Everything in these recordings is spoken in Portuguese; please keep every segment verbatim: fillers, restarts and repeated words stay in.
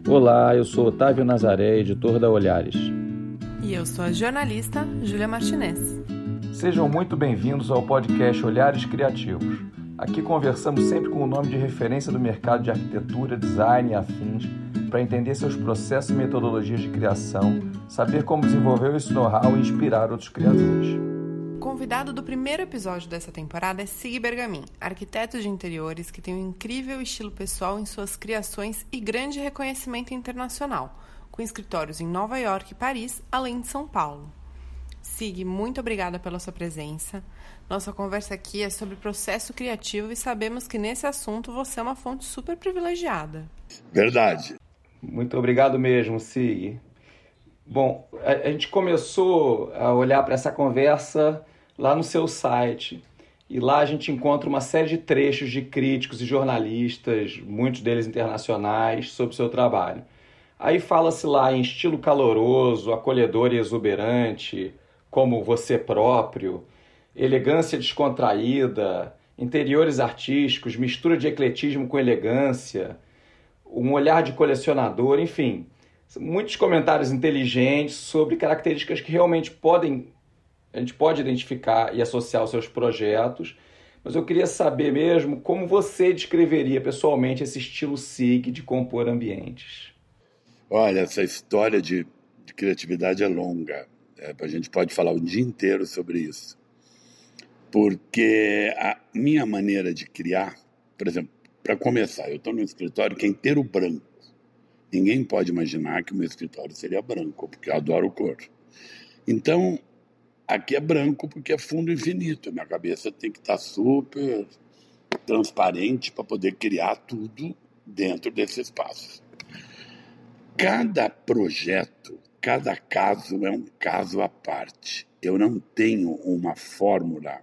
Olá, eu sou Otávio Nazaré, editor da Olhares. E eu sou a jornalista Júlia Martinez. Sejam muito bem-vindos ao podcast Olhares Criativos. Aqui conversamos sempre com o nome de referência do mercado de arquitetura, design e afins, para entender seus processos e metodologias de criação, saber como desenvolver esse know-how e inspirar outros criadores. O convidado do primeiro episódio dessa temporada é Sig Bergamin, arquiteto de interiores que tem um incrível estilo pessoal em suas criações e grande reconhecimento internacional, com escritórios em Nova York e Paris, além de São Paulo. Sig, muito obrigada pela sua presença. Nossa conversa aqui é sobre processo criativo e sabemos que nesse assunto você é uma fonte super privilegiada. Verdade. Muito obrigado mesmo, Sig. Bom, a, a gente começou a olhar para essa conversa lá no seu site. E lá a gente encontra uma série de trechos de críticos e jornalistas, muitos deles internacionais, sobre o seu trabalho. Aí fala-se lá em estilo caloroso, acolhedor e exuberante, como você próprio, elegância descontraída, interiores artísticos, mistura de ecletismo com elegância, um olhar de colecionador, enfim, muitos comentários inteligentes sobre características que realmente podem, a gente pode identificar e associar aos seus projetos, mas eu queria saber mesmo como você descreveria pessoalmente esse estilo Sig de compor ambientes. Olha, essa história de, de criatividade é longa. É, a gente pode falar o dia inteiro sobre isso. Porque a minha maneira de criar, por exemplo, para começar, eu estou num escritório que é inteiro branco. Ninguém pode imaginar que o meu escritório seria branco, porque eu adoro cor. Então, aqui é branco porque é fundo infinito. Minha cabeça tem que estar super transparente para poder criar tudo dentro desse espaço. Cada projeto, cada caso é um caso à parte. Eu não tenho uma fórmula.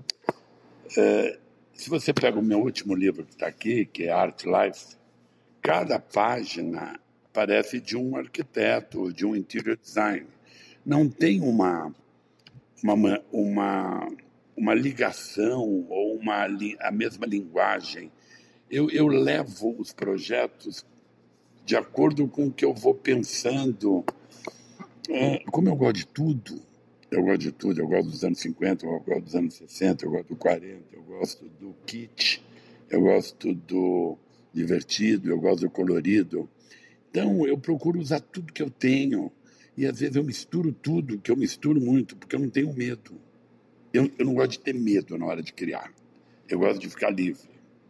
É, se você pega o meu último livro que está aqui, que é Art Life, cada página parece de um arquiteto, de um interior design. Não tem uma, uma, uma, uma ligação ou uma, a mesma linguagem. Eu, eu levo os projetos de acordo com o que eu vou pensando. É, como eu gosto de tudo, eu gosto de tudo, eu gosto dos anos cinquenta, eu gosto dos anos sessenta, eu gosto do quarenta, eu gosto do kit, eu gosto do divertido, eu gosto do colorido. Então, eu procuro usar tudo que eu tenho e, às vezes, eu misturo tudo, que eu misturo muito, porque eu não tenho medo. Eu, eu não gosto de ter medo na hora de criar. Eu gosto de ficar livre.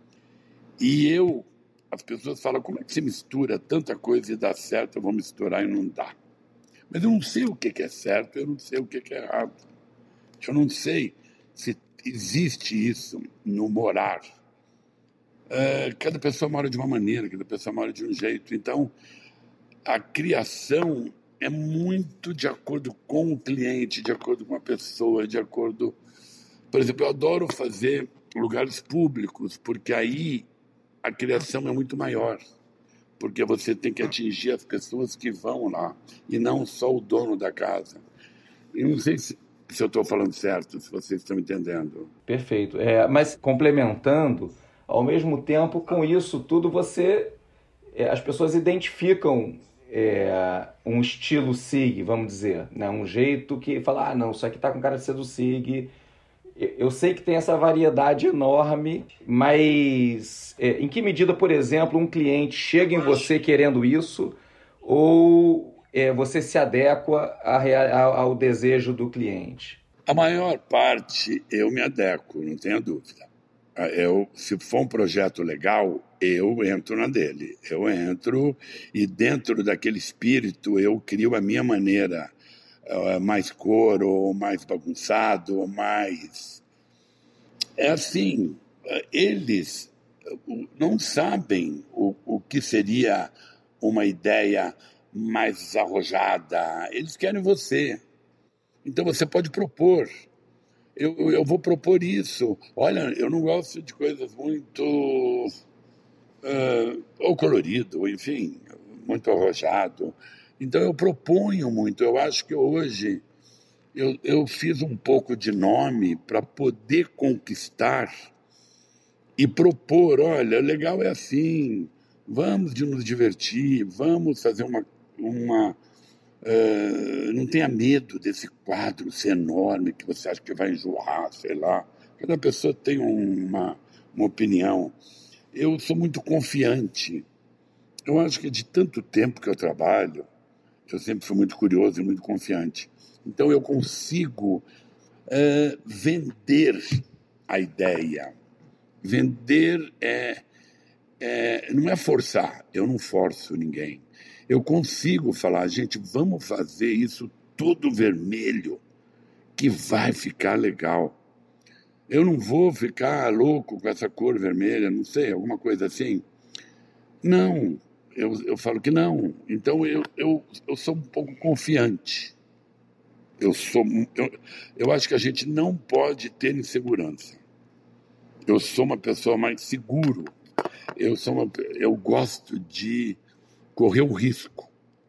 E eu... As pessoas falam, como é que você mistura tanta coisa e dá certo? Eu vou misturar e não dá. Mas eu não sei o que é certo, eu não sei o que é errado. Eu não sei se existe isso no morar. É, cada pessoa mora de uma maneira, cada pessoa mora de um jeito. Então, a criação é muito de acordo com o cliente, de acordo com a pessoa, de acordo... Por exemplo, eu adoro fazer lugares públicos, porque aí a criação é muito maior, porque você tem que atingir as pessoas que vão lá, e não só o dono da casa. Eu não sei se, se eu estou falando certo, se vocês estão entendendo. Perfeito. É, mas complementando, ao mesmo tempo, com isso tudo, você, é, as pessoas identificam é, um estilo Sig, vamos dizer, né? Um jeito que fala, ah, não, isso aqui está com cara de ser do Sig. Eu sei que tem essa variedade enorme, mas é, em que medida, por exemplo, um cliente chega em você querendo isso ou é, você se adequa a, ao desejo do cliente? A maior parte eu me adequo, não tenha dúvida. Eu, se for um projeto legal, eu entro na dele. Eu entro e dentro daquele espírito eu crio a minha maneira. Mais cor, ou mais bagunçado, ou mais... É assim, eles não sabem o, o que seria uma ideia mais arrojada. Eles querem você. Então você pode propor. Eu, eu vou propor isso. Olha, eu não gosto de coisas muito... Uh, ou colorido, ou enfim, muito arrojado. Então eu proponho muito, eu acho que hoje eu, eu fiz um pouco de nome para poder conquistar e propor, olha, legal é assim, vamos de nos divertir, vamos fazer uma... uma uh, não tenha medo desse quadro ser enorme, que você acha que vai enjoar, sei lá. Cada pessoa tem uma, uma opinião. Eu sou muito confiante. Eu acho que de tanto tempo que eu trabalho, eu sempre fui muito curioso e muito confiante. Então eu consigo uh, vender a ideia. Vender é, é, não é forçar, eu não forço ninguém. Eu consigo falar, gente, vamos fazer isso tudo vermelho, que vai ficar legal. Eu não vou ficar louco com essa cor vermelha, não sei, alguma coisa assim. Não, eu, eu falo que não. Então eu, eu, eu sou um pouco confiante. Eu, sou, eu, eu acho que a gente não pode ter insegurança. Eu sou uma pessoa mais seguro. Eu, sou uma, eu gosto de correr o risco.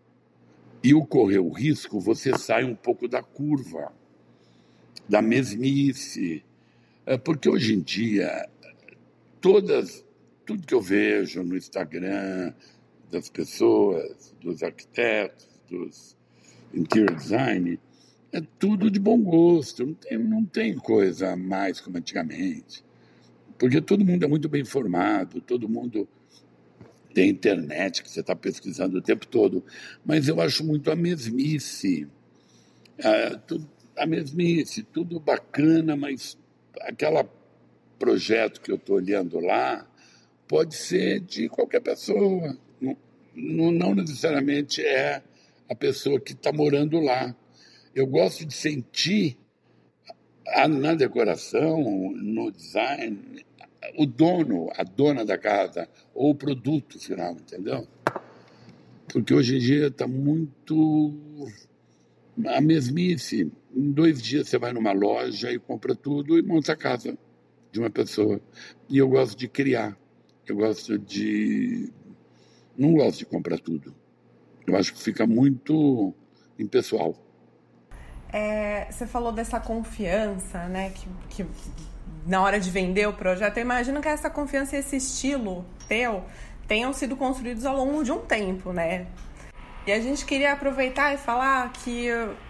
E o correr o risco, você sai um pouco da curva, da mesmice. É porque hoje em dia, todas, tudo que eu vejo no Instagram das pessoas, dos arquitetos, dos interior design, é tudo de bom gosto. Não tem, não tem coisa mais como antigamente. Porque todo mundo é muito bem informado, todo mundo tem internet que você está pesquisando o tempo todo. Mas eu acho muito a mesmice. A, tudo, a mesmice, tudo bacana, mas aquele projeto que eu estou olhando lá pode ser de qualquer pessoa. Não, não, não necessariamente é a pessoa que está morando lá. Eu gosto de sentir a, na decoração, no design, o dono, a dona da casa, ou o produto final, entendeu? Porque hoje em dia está muito a mesmice. Em dois dias você vai numa loja e compra tudo e monta a casa de uma pessoa. E eu gosto de criar. Eu gosto de... Não gosto de comprar tudo. Eu acho que fica muito impessoal. É, você falou dessa confiança, né, que, que na hora de vender o projeto, eu imagino que essa confiança e esse estilo teu tenham sido construídos ao longo de um tempo, né? E a gente queria aproveitar e falar que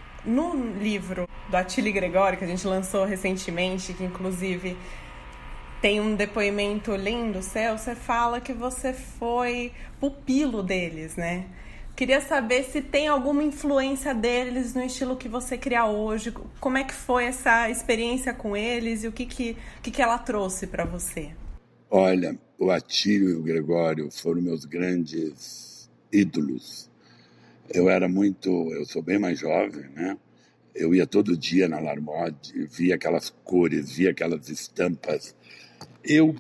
no livro do Attilio Gregório, que a gente lançou recentemente, que inclusive tem um depoimento lindo seu, você fala que você foi pupilo deles, né? Queria saber se tem alguma influência deles no estilo que você cria hoje. Como é que foi essa experiência com eles e o que, que, que, que ela trouxe para você? Olha, o Attilio e o Gregório foram meus grandes ídolos. Eu era muito... Eu sou bem mais jovem, né? Eu ia todo dia na Larmode, via aquelas cores, via aquelas estampas. Eu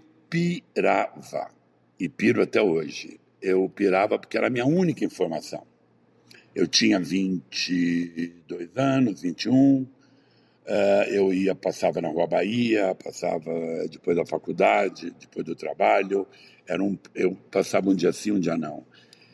pirava, e piro até hoje. Eu pirava porque era a minha única informação. Eu tinha vinte e dois anos, vinte e um, uh, eu ia, passava na Rua Bahia, passava depois da faculdade, depois do trabalho, era um, eu passava um dia sim, um dia não.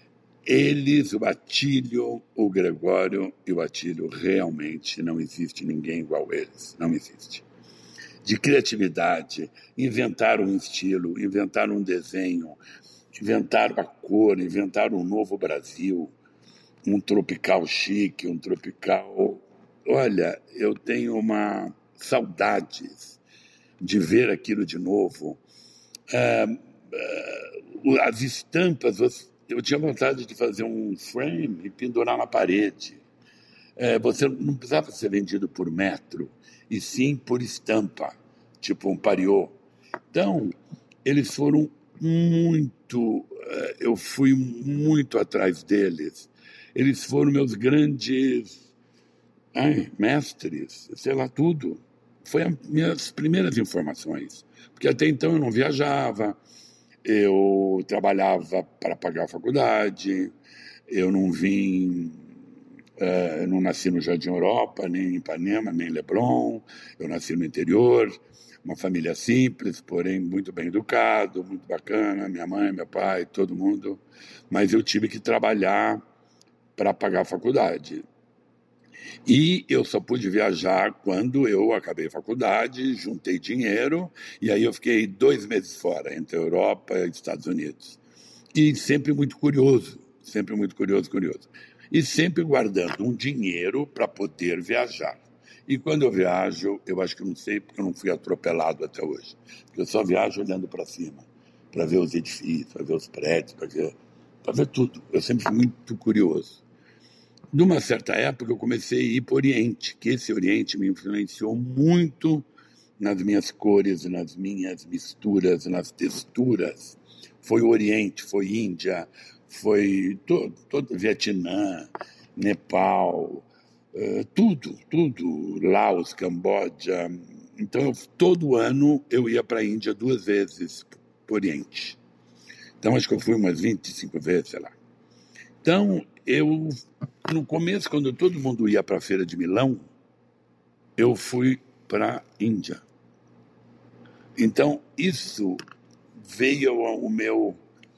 Eles, o Attilio, o Gregório e o Attilio, realmente não existe ninguém igual a eles, não existe. De criatividade, inventaram um estilo, inventaram um desenho, inventaram a cor, inventaram um novo Brasil, um tropical chique, um tropical... Olha, eu tenho uma saudades de ver aquilo de novo. Uh, uh, as estampas, eu tinha vontade de fazer um frame e pendurar na parede. Uh, você não precisava ser vendido por metro, e sim por estampa, tipo um pariô. Então, eles foram muito, eu fui muito atrás deles. Eles foram meus grandes ai, mestres, sei lá, tudo. Foi as minhas primeiras informações. Porque até então eu não viajava, eu trabalhava para pagar a faculdade, eu não vim, uh, eu não nasci no Jardim Europa, nem em Ipanema, nem em Leblon, eu nasci no interior. Uma família simples, porém muito bem educado, muito bacana, minha mãe, meu pai, todo mundo. Mas eu tive que trabalhar para pagar a faculdade. E eu só pude viajar quando eu acabei a faculdade, juntei dinheiro, e aí eu fiquei dois meses fora, entre a Europa e Estados Unidos. E sempre muito curioso, sempre muito curioso, curioso. E sempre guardando um dinheiro para poder viajar. E quando eu viajo, eu acho que não sei porque eu não fui atropelado até hoje. Eu só viajo olhando para cima, para ver os edifícios, para ver os prédios, para ver, para ver tudo. Eu sempre fui muito curioso. De uma certa época, eu comecei a ir para o Oriente, que esse Oriente me influenciou muito nas minhas cores, nas minhas misturas, nas texturas. Foi o Oriente, foi Índia, foi todo, todo Vietnã, Nepal, uh, tudo, tudo, Laos, Camboja. Então, eu, todo ano eu ia para a Índia duas vezes para o Oriente. Então, acho que eu fui umas vinte e cinco vezes, sei lá. Então, eu, no começo, quando todo mundo ia para a Feira de Milão, eu fui para a Índia. Então, isso veio o meu,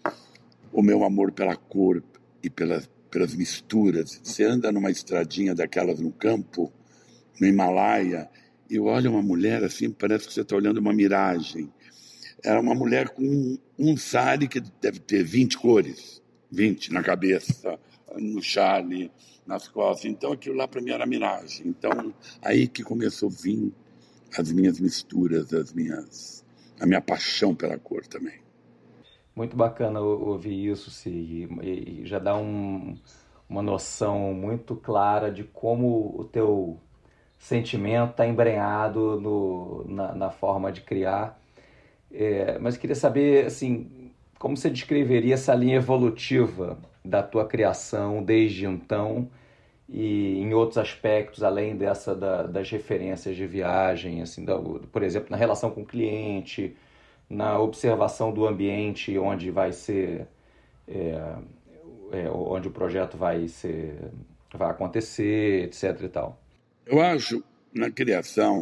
o meu amor pela cor e pelas, pelas misturas. Você anda numa estradinha daquelas no campo, no Himalaia, e olha uma mulher assim, parece que você está olhando uma miragem. Era uma mulher com um, um sari que deve ter vinte cores, vinte na cabeça, no chale, nas costas. Então, aquilo lá para mim era miragem. Então, aí que começou a vir as minhas misturas, as minhas, a minha paixão pela cor também. Muito bacana ouvir isso, Sig, e já dá um, uma noção muito clara de como o teu sentimento está embrenhado no, na, na forma de criar. É, mas queria saber, assim, como você descreveria essa linha evolutiva da tua criação desde então e em outros aspectos, além dessa da, das referências de viagem, assim, da, por exemplo, na relação com o cliente, na observação do ambiente onde vai ser, é, é, onde o projeto vai ser, vai acontecer, etc e tal. Eu acho, na criação,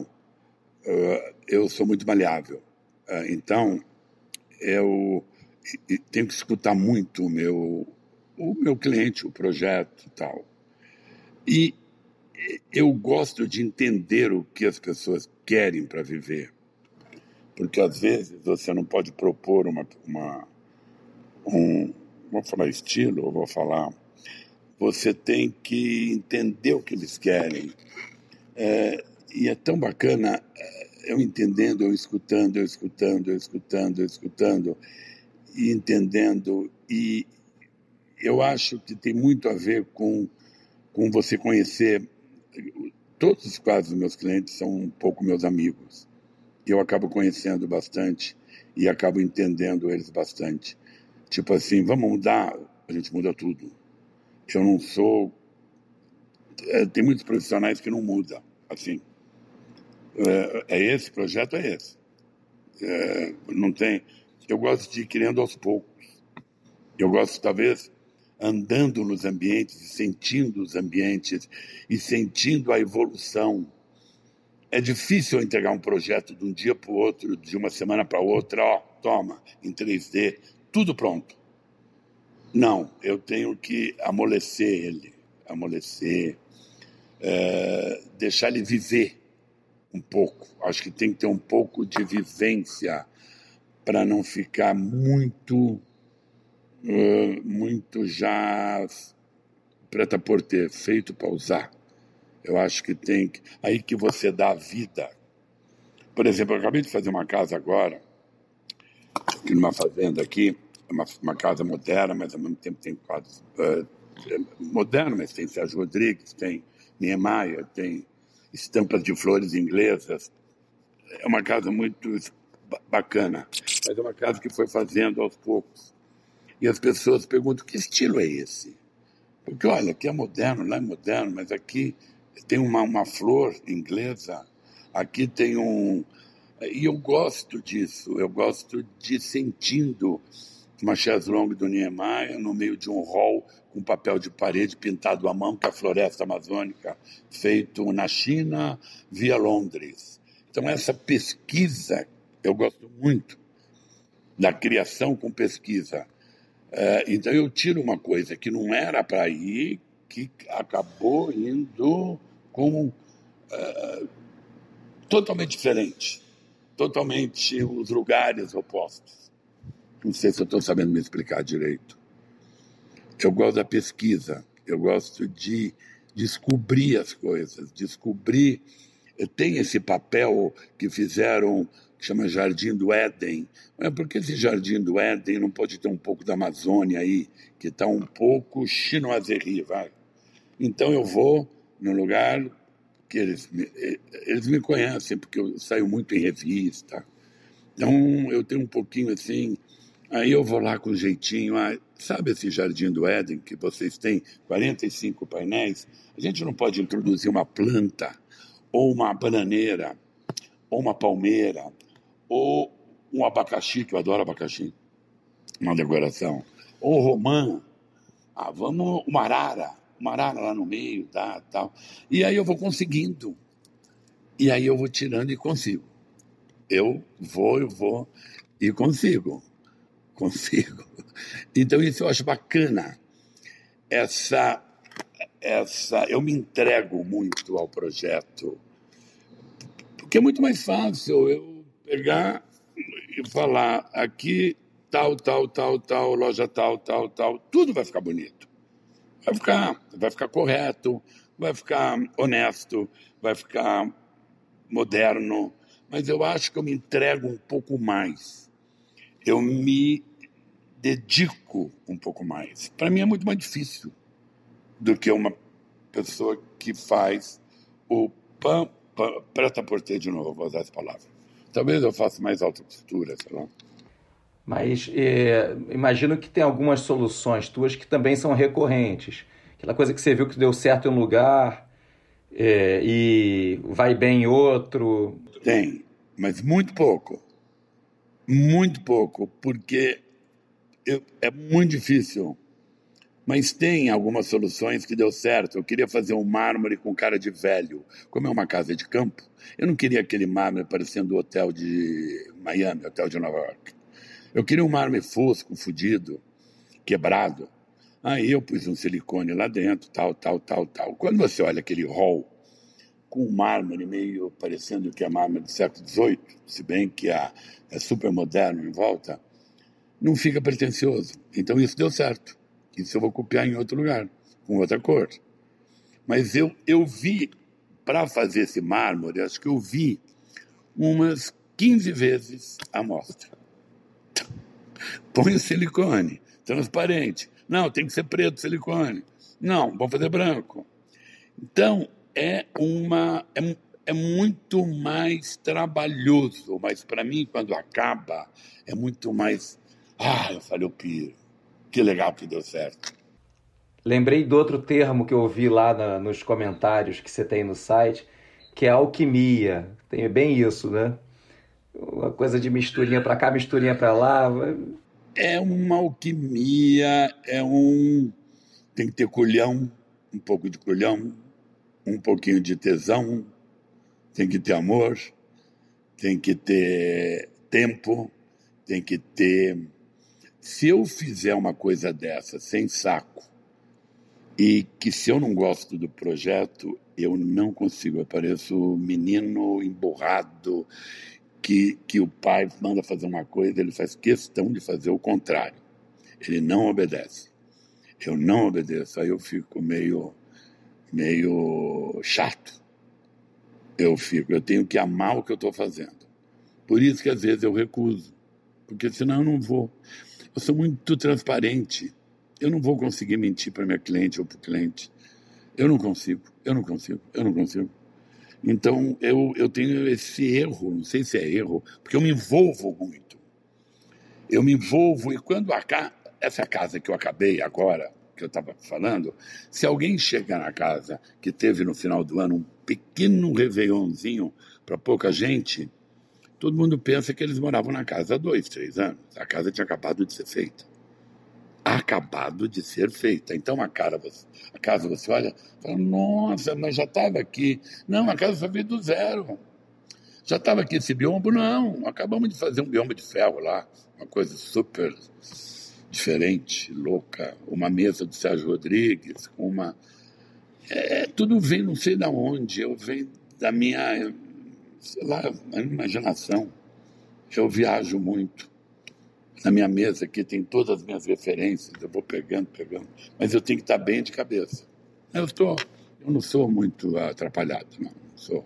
uh, eu sou muito maleável. Uh, então, eu tenho que escutar muito o meu, o meu cliente, o projeto e tal. E eu gosto de entender o que as pessoas querem para viver. Porque, às vezes, você não pode propor uma... uma um, vou falar estilo, ou vou falar... Você tem que entender o que eles querem. É, e é tão bacana eu entendendo, eu escutando, eu escutando, eu escutando, eu escutando, e entendendo. E eu acho que tem muito a ver com, com você conhecer. Todos os quase meus clientes são um pouco meus amigos. Eu acabo conhecendo bastante e acabo entendendo eles bastante. Tipo assim, vamos mudar? A gente muda tudo. Eu não sou... É, tem muitos profissionais que não mudam, assim. É, é esse projeto, é esse. É, não tem... Eu gosto de ir criando aos poucos. Eu gosto, talvez, andando nos ambientes, sentindo os ambientes e sentindo a evolução. É difícil eu entregar um projeto de um dia para o outro, de uma semana para outra, ó, toma, em três D, tudo pronto. Não, eu tenho que amolecer ele, amolecer, é, deixar ele viver um pouco. Acho que tem que ter um pouco de vivência para não ficar muito, uh, muito já preta por ter, feito para usar. Eu acho que tem que... Aí que você dá a vida. Por exemplo, eu acabei de fazer uma casa agora, aqui numa fazenda aqui, uma, uma casa moderna, mas ao mesmo tempo tem quadros uh, modernos, mas tem Sérgio Rodrigues, tem Niemeyer, tem estampas de flores inglesas. É uma casa muito bacana, mas é uma casa que foi fazendo aos poucos. E as pessoas perguntam, que estilo é esse? Porque, olha, aqui é moderno, lá é moderno, mas aqui tem uma, uma flor inglesa, aqui tem um... E eu gosto disso, eu gosto de sentindo uma chaise longue do Niemeyer no meio de um hall com papel de parede pintado à mão, que é a floresta amazônica, feito na China via Londres. Então, essa pesquisa, eu gosto muito da criação com pesquisa. É, então, eu tiro uma coisa que não era para ir, que acabou indo com uh, totalmente diferente, totalmente os lugares opostos. Não sei se eu estou sabendo me explicar direito. Eu gosto da pesquisa, eu gosto de descobrir as coisas, descobrir. Tem esse papel que fizeram, que chama Jardim do Éden. Mas por que esse Jardim do Éden não pode ter um pouco da Amazônia aí, que está um pouco chinoiserie, vai? Então eu vou num lugar que eles me, eles me conhecem, porque eu saio muito em revista. Então eu tenho um pouquinho assim, aí eu vou lá com jeitinho. Ah, sabe esse Jardim do Éden que vocês têm quarenta e cinco painéis? A gente não pode introduzir uma planta, ou uma bananeira, ou uma palmeira, ou um abacaxi, que eu adoro abacaxi, uma decoração, ou romã, ah, vamos, uma arara, uma arara lá no meio, tá, tal. E aí eu vou conseguindo, e aí eu vou tirando e consigo. Eu vou, eu vou e consigo, consigo. Então isso eu acho bacana, essa... Essa, eu me entrego muito ao projeto, porque é muito mais fácil eu pegar e falar aqui, tal, tal, tal, tal, loja tal, tal, tal, tudo vai ficar bonito. Vai ficar, vai ficar correto, vai ficar honesto, vai ficar moderno, mas eu acho que eu me entrego um pouco mais. Eu me dedico um pouco mais. Para mim é muito mais difícil do que uma pessoa que faz o pam, pam, preta-porter de novo, vou usar essa palavra. Talvez eu faça mais alta costura, sei lá. Mas é, imagino que tem algumas soluções tuas que também são recorrentes. Aquela coisa que você viu que deu certo em um lugar é, e vai bem em outro. Tem, mas muito pouco. Muito pouco, porque eu, é muito difícil. Mas tem algumas soluções que deu certo. Eu queria fazer um mármore com cara de velho. Como é uma casa de campo, eu não queria aquele mármore parecendo o hotel de Miami, hotel de Nova York. Eu queria um mármore fosco, fudido, quebrado. Aí eu pus um silicone lá dentro, tal, tal, tal, tal. Quando você olha aquele hall com um mármore meio parecendo que é mármore do século dezoito, se bem que é, é super moderno em volta, não fica pretencioso. Então isso deu certo. Isso eu vou copiar em outro lugar, com outra cor. Mas eu, eu vi, para fazer esse mármore, acho que eu vi umas quinze vezes a amostra. Põe o silicone, transparente. Não, tem que ser preto silicone. Não, vamos fazer branco. Então, é, uma, é, é muito mais trabalhoso, mas para mim, quando acaba, é muito mais... Ah, eu falei, eu piro. Que legal que deu certo. Lembrei do outro termo que eu ouvi lá na, nos comentários que você tem no site, que é alquimia. Tem bem isso, né? Uma coisa de misturinha para cá, misturinha para lá. É uma alquimia, é um... Tem que ter culhão, um pouco de culhão, um pouquinho de tesão, tem que ter amor, tem que ter tempo, tem que ter... Se eu fizer uma coisa dessa sem saco e que se eu não gosto do projeto, eu não consigo. Eu pareço menino emburrado que, que o pai manda fazer uma coisa, ele faz questão de fazer o contrário. Ele não obedece. Eu não obedeço, aí eu fico meio, meio chato. Eu fico, eu tenho que amar o que eu estou fazendo. Por isso que às vezes eu recuso, porque senão eu não vou. Eu sou muito transparente. Eu não vou conseguir mentir para minha cliente ou para o cliente. Eu não consigo, eu não consigo, eu não consigo. Então, eu, eu tenho esse erro, não sei se é erro, porque eu me envolvo muito. Eu me envolvo e quando a ca... essa casa que eu acabei agora, que eu estava falando, se alguém chega na casa que teve no final do ano um pequeno réveillonzinho para pouca gente, todo mundo pensa que eles moravam na casa há dois, três anos. A casa tinha acabado de ser feita. Acabado de ser feita. Então a, cara, a casa você olha e fala, nossa, mas já estava aqui. Não, a casa foi feita do zero. Já estava aqui esse biombo? Não, acabamos de fazer um biombo de ferro lá. Uma coisa super diferente, louca. Uma mesa do Sérgio Rodrigues, uma... É, tudo vem não sei de onde. Eu venho da minha... sei lá, a imaginação. Eu viajo muito. Na minha mesa aqui tem todas as minhas referências, eu vou pegando, pegando, mas eu tenho que estar bem de cabeça. Eu, tô, eu não sou muito atrapalhado, não, não sou.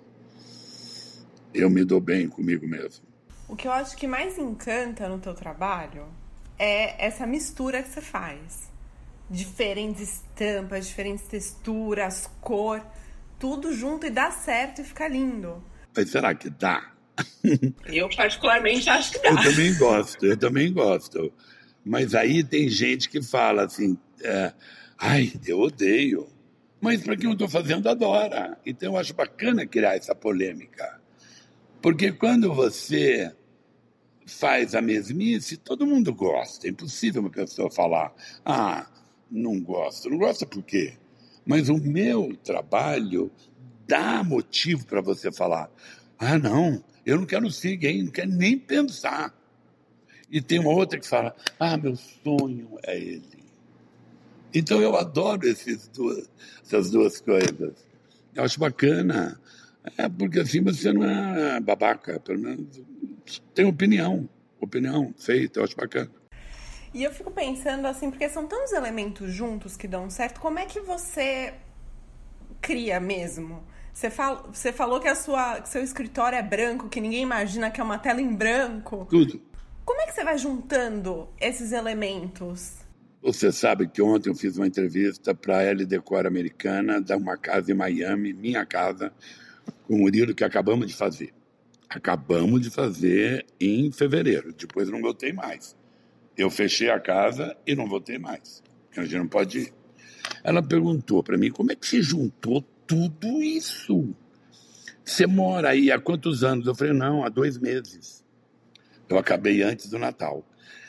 Eu me dou bem comigo mesmo. O que eu acho que mais encanta no teu trabalho é essa mistura que você faz. Diferentes estampas, diferentes texturas, cor, tudo junto e dá certo e fica lindo. Mas será que dá? Eu particularmente acho que dá. Eu também gosto, eu também gosto. Mas aí tem gente que fala assim, é, ai, eu odeio. Mas para quem eu estou fazendo, adora. Então eu acho bacana criar essa polêmica. Porque quando você faz a mesmice, todo mundo gosta. É impossível uma pessoa falar, ah, não gosto. Não gosta por quê? Mas o meu trabalho dá motivo para você falar, ah, não, eu não quero ser gay, não quero nem pensar. E tem uma outra que fala, ah, meu sonho é ele. Então eu adoro esses duas, essas duas coisas. Eu acho bacana. É porque assim você não é babaca, pelo menos tem opinião, opinião feita, eu acho bacana. E eu fico pensando assim, porque são tantos elementos juntos que dão certo, como é que você cria mesmo? Você, fala, você falou que, a sua, que seu escritório é branco, que ninguém imagina que é uma tela em branco. Tudo. Como é que você vai juntando esses elementos? Você sabe que ontem eu fiz uma entrevista para a L Decor americana, dar uma casa em Miami, minha casa, com o Murilo, que acabamos de fazer. Acabamos de fazer em fevereiro, depois não voltei mais. Eu fechei a casa e não voltei mais, porque a gente não pode ir. Ela perguntou para mim, como é que você juntou tudo isso? Você mora aí há quantos anos? Eu falei, não, há dois meses. Eu acabei antes do Natal.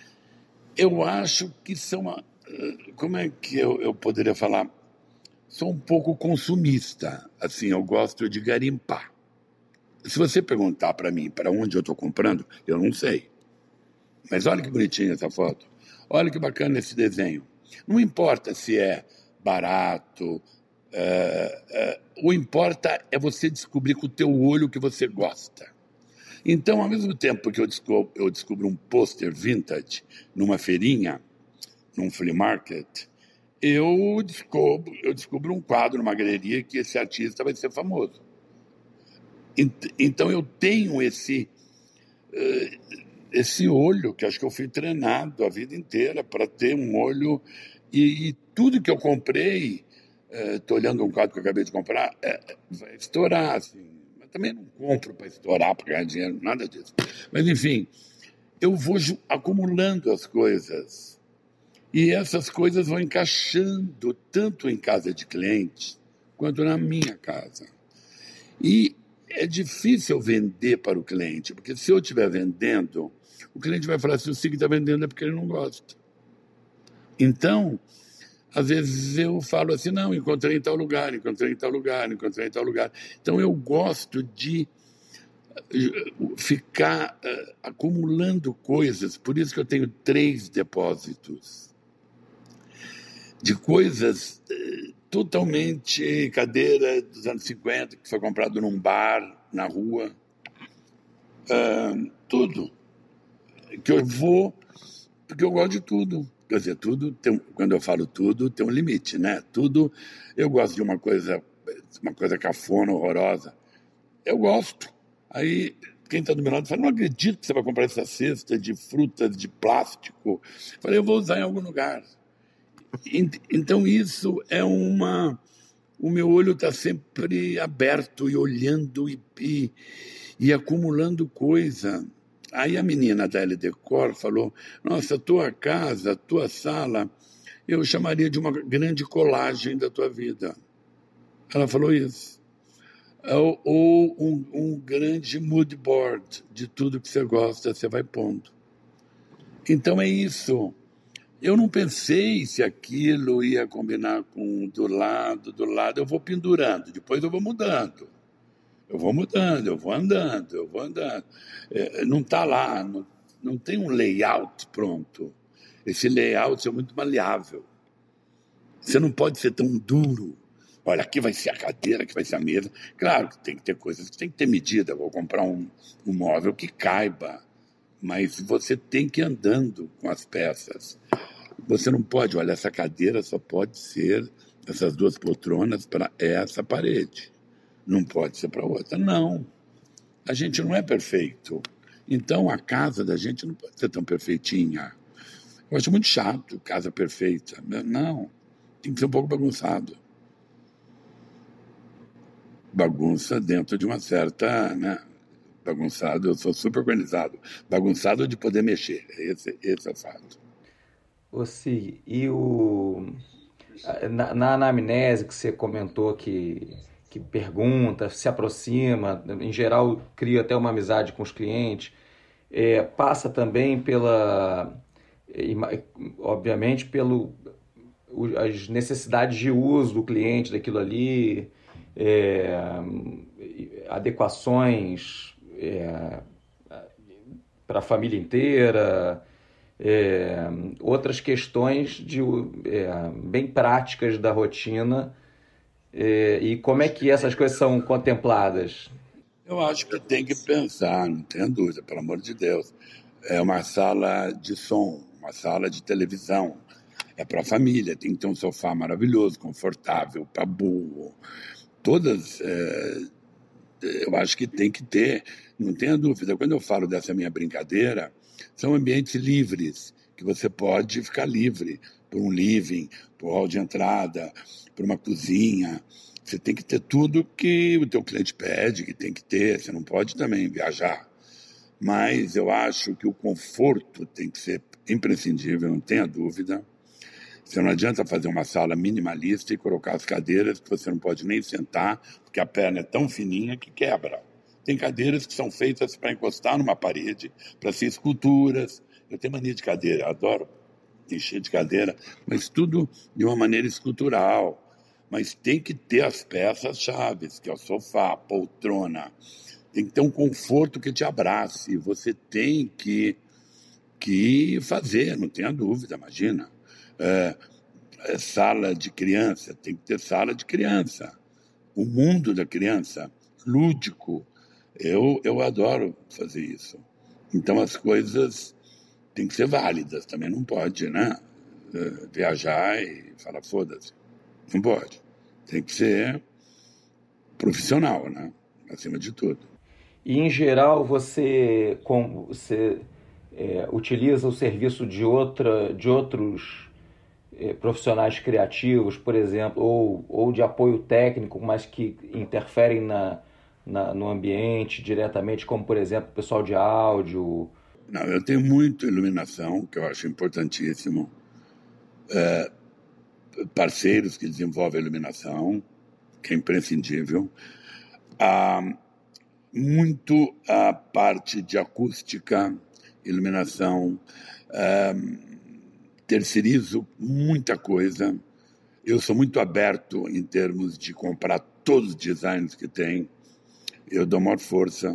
Eu acho que são... Uma, como é que eu, eu poderia falar? Sou um pouco consumista. Assim, eu gosto de garimpar. Se você perguntar para mim para onde eu estou comprando, eu não sei. Mas olha que bonitinha essa foto. Olha que bacana esse desenho. Não importa se é barato. É, é, o importa é você descobrir com o teu olho o que você gosta. Então, ao mesmo tempo que eu descubro, eu descubro um pôster vintage numa feirinha, num flea market, eu descubro, eu descubro um quadro numa galeria que esse artista vai ser famoso. Então, eu tenho esse, esse olho, que acho que eu fui treinado a vida inteira para ter um olho, e, e tudo que eu comprei, estou olhando um quadro que eu acabei de comprar, é, vai estourar, assim. Também não compro para estourar, para ganhar dinheiro, nada disso. Mas, enfim, eu vou acumulando as coisas. E essas coisas vão encaixando tanto em casa de cliente, quanto na minha casa. E é difícil vender para o cliente, porque se eu estiver vendendo, o cliente vai falar assim, o Sig está vendendo é porque ele não gosta. Então... Às vezes eu falo assim, não, encontrei em tal lugar, encontrei em tal lugar, encontrei em tal lugar. Então eu gosto de ficar uh, acumulando coisas, por isso que eu tenho três depósitos de coisas uh, totalmente cadeira dos anos cinquenta, que foi comprado num bar, na rua, uh, tudo. Que eu vou, porque eu gosto de tudo. Quer dizer, tudo tem, quando eu falo tudo, tem um limite, né? Tudo, eu gosto de uma coisa, uma coisa cafona, horrorosa. Eu gosto. Aí, quem está do meu lado fala, não acredito que você vai comprar essa cesta de frutas de plástico. Eu falei, eu vou usar em algum lugar. Então, isso é uma... O meu olho está sempre aberto e olhando e, e, e acumulando coisa. Aí a menina da L Decor falou, nossa, tua casa, tua sala, eu chamaria de uma grande colagem da tua vida. Ela falou isso. Ou, ou um, um grande mood board de tudo que você gosta, você vai pondo. Então é isso. Eu não pensei se aquilo ia combinar com do lado, do lado. Eu vou pendurando, depois eu vou mudando. Eu vou mudando, eu vou andando, eu vou andando. É, não está lá, não, não tem um layout pronto. Esse layout é muito maleável. Você não pode ser tão duro. Olha, aqui vai ser a cadeira, aqui vai ser a mesa. Claro que tem que ter coisas que tem que ter medida. Eu vou comprar um, um móvel que caiba mas você tem que ir andando com as peças. Você não pode, olha, essa cadeira só pode ser, essas duas poltronas, para essa parede. Não pode ser para outra. Não. A gente não é perfeito. Então, a casa da gente não pode ser tão perfeitinha. Eu acho muito chato, casa perfeita. Não, tem que ser um pouco bagunçado. Bagunça dentro de uma certa, né? Bagunçado, eu sou super organizado. Bagunçado de poder mexer, esse, esse é o fato. Ô, Si, e o... Na, na anamnese que você comentou que, que pergunta, se aproxima, em geral cria até uma amizade com os clientes, é, passa também pela, obviamente, pelo as necessidades de uso do cliente daquilo ali, é, adequações é, para a família inteira, é, outras questões de, é, bem práticas da rotina, é, e como é que essas coisas são contempladas? Eu acho que tem que pensar, não tenha dúvida, pelo amor de Deus. É uma sala de som, uma sala de televisão. É para a família, tem que ter um sofá maravilhoso, confortável, para burro. Todas, é, eu acho que tem que ter, não tenha dúvida. Quando eu falo dessa minha brincadeira, são ambientes livres, que você pode ficar livre por um living, por um hall de entrada, por uma cozinha. Você tem que ter tudo que o teu cliente pede, que tem que ter. Você não pode também viajar. Mas eu acho que o conforto tem que ser imprescindível, não tenha dúvida. Você não adianta fazer uma sala minimalista e colocar as cadeiras que você não pode nem sentar, porque a perna é tão fininha que quebra. Tem cadeiras que são feitas para encostar numa parede, para ser esculturas. Eu tenho mania de cadeira, adoro encher de cadeira, mas tudo de uma maneira escultural. Mas tem que ter as peças chaves, que é o sofá, a poltrona. Tem que ter um conforto que te abrace. Você tem que, que fazer, não tenha dúvida, imagina. É, é sala de criança, tem que ter sala de criança. O mundo da criança, lúdico. Eu, eu adoro fazer isso. Então as coisas têm que ser válidas. Também não pode, né? É, viajar e falar foda-se. Não pode. Tem que ser profissional, né? Acima de tudo. E, em geral, você, com, você é, utiliza o serviço de, outra, de outros é, profissionais criativos, por exemplo, ou, ou de apoio técnico, mas que interferem na, na, no ambiente diretamente, como, por exemplo, o pessoal de áudio? Não, eu tenho muito iluminação, que eu acho importantíssimo. É, parceiros que desenvolvem a iluminação, que é imprescindível. Ah, muito a parte de acústica, iluminação, ah, terceirizo muita coisa. Eu sou muito aberto em termos de comprar todos os designs que tem. Eu dou maior força.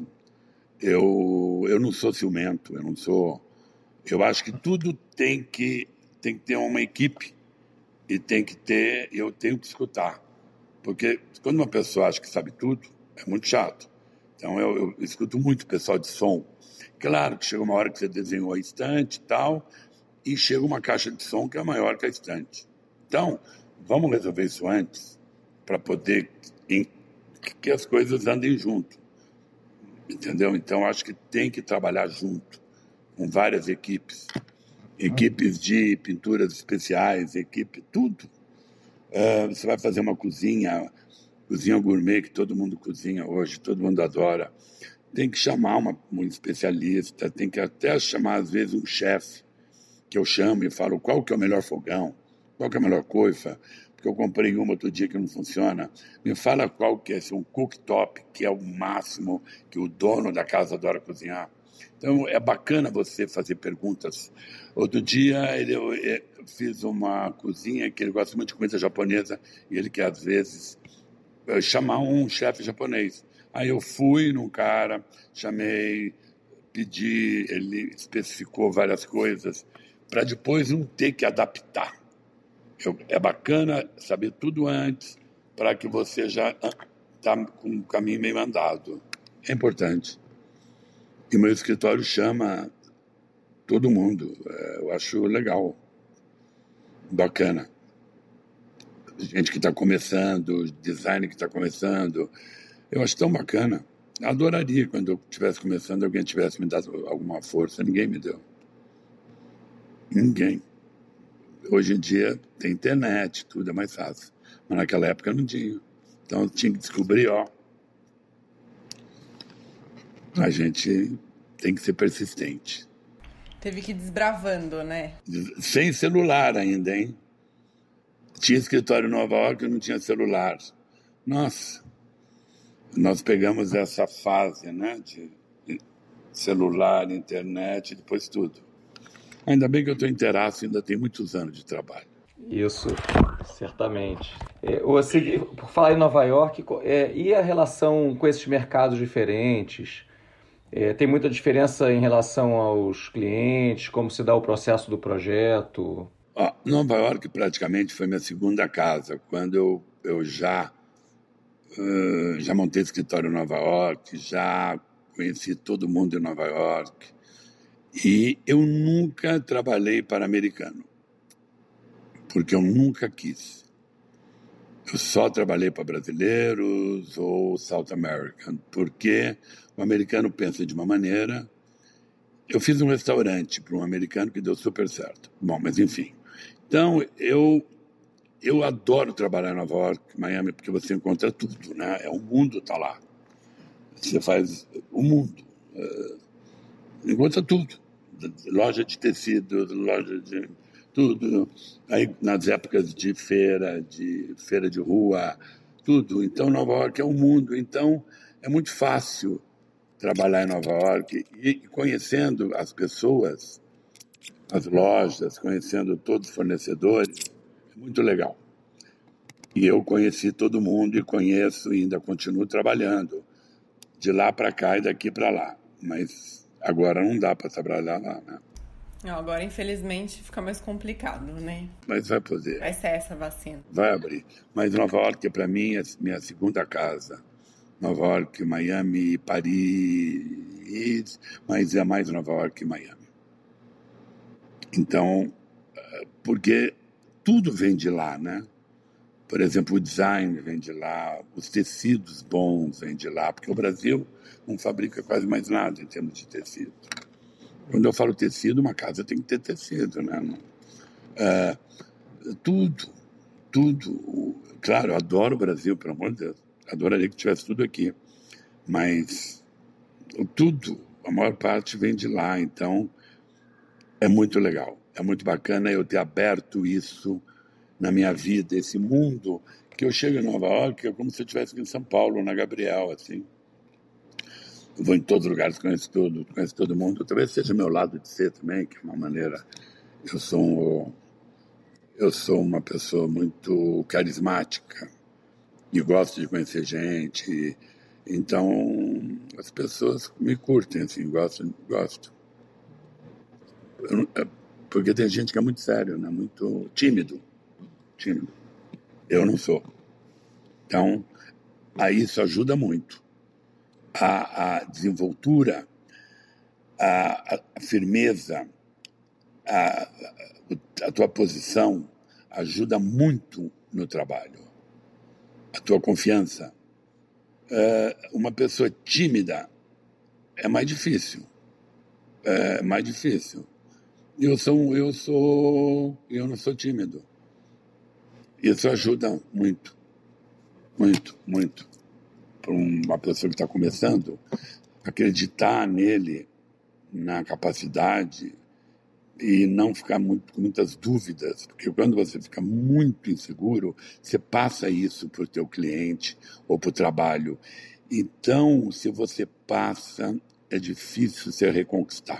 Eu, eu não sou ciumento, eu não sou... Eu acho que tudo tem que, tem que ter uma equipe e tem que ter... Eu tenho que escutar. Porque quando uma pessoa acha que sabe tudo, é muito chato. Então eu, eu escuto muito o pessoal de som. Claro que chega uma hora que você desenhou a estante e tal, e chega uma caixa de som que é maior que a estante. Então, vamos resolver isso antes, para poder em, que as coisas andem junto. Entendeu? Então, acho que tem que trabalhar junto, com várias equipes. Equipes de pinturas especiais, equipe, tudo. Uh, você vai fazer uma cozinha, cozinha gourmet, que todo mundo cozinha hoje, todo mundo adora. Tem que chamar uma, um especialista, tem que até chamar, às vezes, um chefe, que eu chamo e falo qual que é o melhor fogão, qual que é a melhor coifa, porque eu comprei uma outro dia que não funciona. Me fala qual que é esse, um cooktop, que é o máximo que o dono da casa adora cozinhar. Então, é bacana você fazer perguntas. Outro dia, ele, eu, eu fiz uma cozinha que ele gosta muito de comida japonesa, e ele quer, às vezes, chamar um chefe japonês. Aí eu fui num cara, chamei, pedi, ele especificou várias coisas, para depois não ter que adaptar. Eu, é bacana saber tudo antes, para que você já está com o caminho meio andado. É importante. E meu escritório chama todo mundo. É, eu acho legal, bacana. Gente que está começando, design que está começando, eu acho tão bacana. Adoraria quando eu estivesse começando, alguém tivesse me dado alguma força. Ninguém me deu. Ninguém. Hoje em dia tem internet, tudo é mais fácil. Mas naquela época não tinha. Então eu tinha que descobrir, ó. A gente tem que ser persistente. Teve que ir desbravando, né? Sem celular ainda, hein? Tinha escritório em Nova York e não tinha celular. Nossa, nós pegamos essa fase, né? De celular, internet, depois tudo. Ainda bem que eu estou inteiraço, ainda tem muitos anos de trabalho. Isso, certamente. É, você, por falar em Nova York, é, e a relação com esses mercados diferentes? É, tem muita diferença em relação aos clientes, como se dá o processo do projeto? Ó, Nova York praticamente foi minha segunda casa. Quando eu, eu já, uh, já montei escritório em Nova York, já conheci todo mundo em Nova York. E eu nunca trabalhei para americano, porque eu nunca quis. Eu só trabalhei para brasileiros ou South American, porque o americano pensa de uma maneira. Eu fiz um restaurante para um americano que deu super certo. Bom, mas enfim. Então, eu, eu adoro trabalhar em Nova York, Miami, porque você encontra tudo, né? É, o mundo está lá. Você faz o mundo. Uh, encontra tudo. Loja de tecido, loja de tudo. Aí, nas épocas de feira, de feira de rua, tudo. Então, Nova York é o mundo. Então, é muito fácil trabalhar em Nova York e conhecendo as pessoas, as lojas, conhecendo todos os fornecedores, é muito legal. E eu conheci todo mundo e conheço e ainda continuo trabalhando de lá para cá e daqui para lá. Mas agora não dá para trabalhar lá, né? Não, agora, infelizmente, fica mais complicado, né? Mas vai poder. Vai ser essa vacina. Vai abrir. Mas Nova York, para mim, é minha segunda casa. Nova York, Miami, Paris, mas é mais Nova York e Miami. Então, porque tudo vem de lá, né? Por exemplo, o design vem de lá, os tecidos bons vêm de lá, porque o Brasil não fabrica quase mais nada em termos de tecido. Quando eu falo tecido, uma casa tem que ter tecido, né? É, tudo, tudo. Claro, eu adoro o Brasil, pelo amor de Deus. Adoraria que tivesse tudo aqui. Mas tudo, a maior parte vem de lá. Então, é muito legal. É muito bacana eu ter aberto isso na minha vida, esse mundo, que eu chego em Nova York, é como se eu estivesse aqui em São Paulo, na Gabriel, assim. Eu vou em todos os lugares, conheço tudo, conheço todo mundo. Talvez seja meu lado de ser também, que é uma maneira... Eu sou, um, eu sou uma pessoa muito carismática e gosto de conhecer gente. Então, as pessoas me curtem, assim, gostam. Gosto. Eu, porque tem gente que é muito sério, né? Muito tímido. Tímido. Eu não sou. Então, aí isso ajuda muito. A, a desenvoltura, a, a firmeza, a, a, a tua posição ajuda muito no trabalho. A tua confiança. É, uma pessoa tímida é mais difícil. É mais difícil. Eu sou, eu sou, eu não sou tímido. Isso ajuda muito, muito, muito. Para uma pessoa que está começando, acreditar nele, na capacidade e não ficar muito, com muitas dúvidas, porque quando você fica muito inseguro, você passa isso para o teu cliente ou para o trabalho. Então, se você passa, é difícil você reconquistar.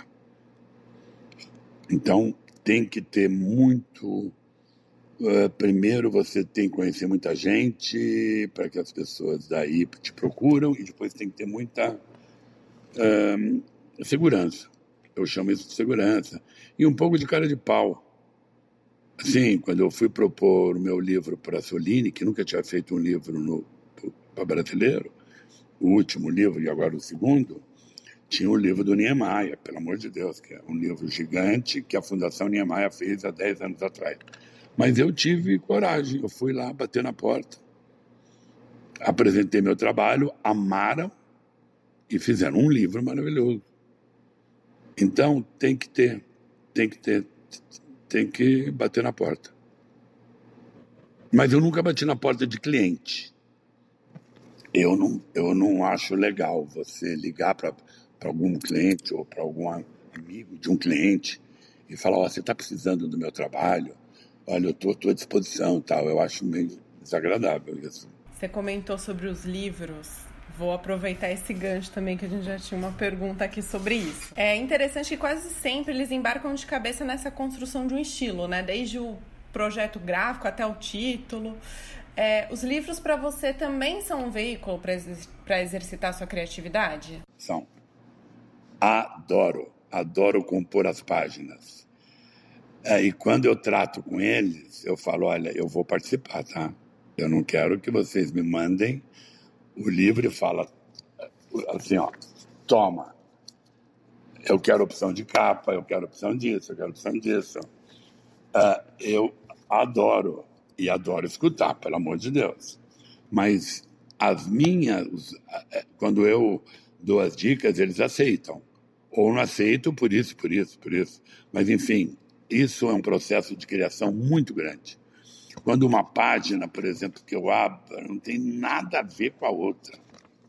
Então, tem que ter muito... Uh, primeiro, você tem que conhecer muita gente para que as pessoas daí te procuram, e depois tem que ter muita uh, segurança. Eu chamo isso de segurança. E um pouco de cara de pau. Assim, quando eu fui propor o meu livro para a Soline, que nunca tinha feito um livro para brasileiro, o último livro e agora o segundo, tinha o livro do Niemeyer, pelo amor de Deus, que é um livro gigante que a Fundação Niemeyer fez há dez anos atrás. Mas eu tive coragem, eu fui lá, bater na porta, apresentei meu trabalho, amaram e fizeram um livro maravilhoso. Então, tem que ter, tem que ter, tem que bater na porta. Mas eu nunca bati na porta de cliente. Eu não, eu não acho legal você ligar para algum cliente ou para algum amigo de um cliente e falar, oh, você está precisando do meu trabalho? Olha, eu estou à disposição, tal. Eu acho meio desagradável isso. Você comentou sobre os livros. Vou aproveitar esse gancho também, que a gente já tinha uma pergunta aqui sobre isso. É interessante que quase sempre eles embarcam de cabeça nessa construção de um estilo, né? Desde o projeto gráfico até o título. É, os livros para você também são um veículo para exer- para exercitar sua criatividade? São. Adoro. Adoro compor as páginas. É, e quando eu trato com eles, eu falo, olha, eu vou participar, tá? Eu não quero que vocês me mandem o livro e fala assim, ó, toma. Eu quero opção de capa, eu quero opção disso, eu quero opção disso. Uh, eu adoro, e adoro escutar, pelo amor de Deus. Mas as minhas, quando eu dou as dicas, eles aceitam. Ou não aceitam por isso, por isso, por isso. Mas, enfim, isso é um processo de criação muito grande. Quando uma página, por exemplo, que eu abro, não tem nada a ver com a outra.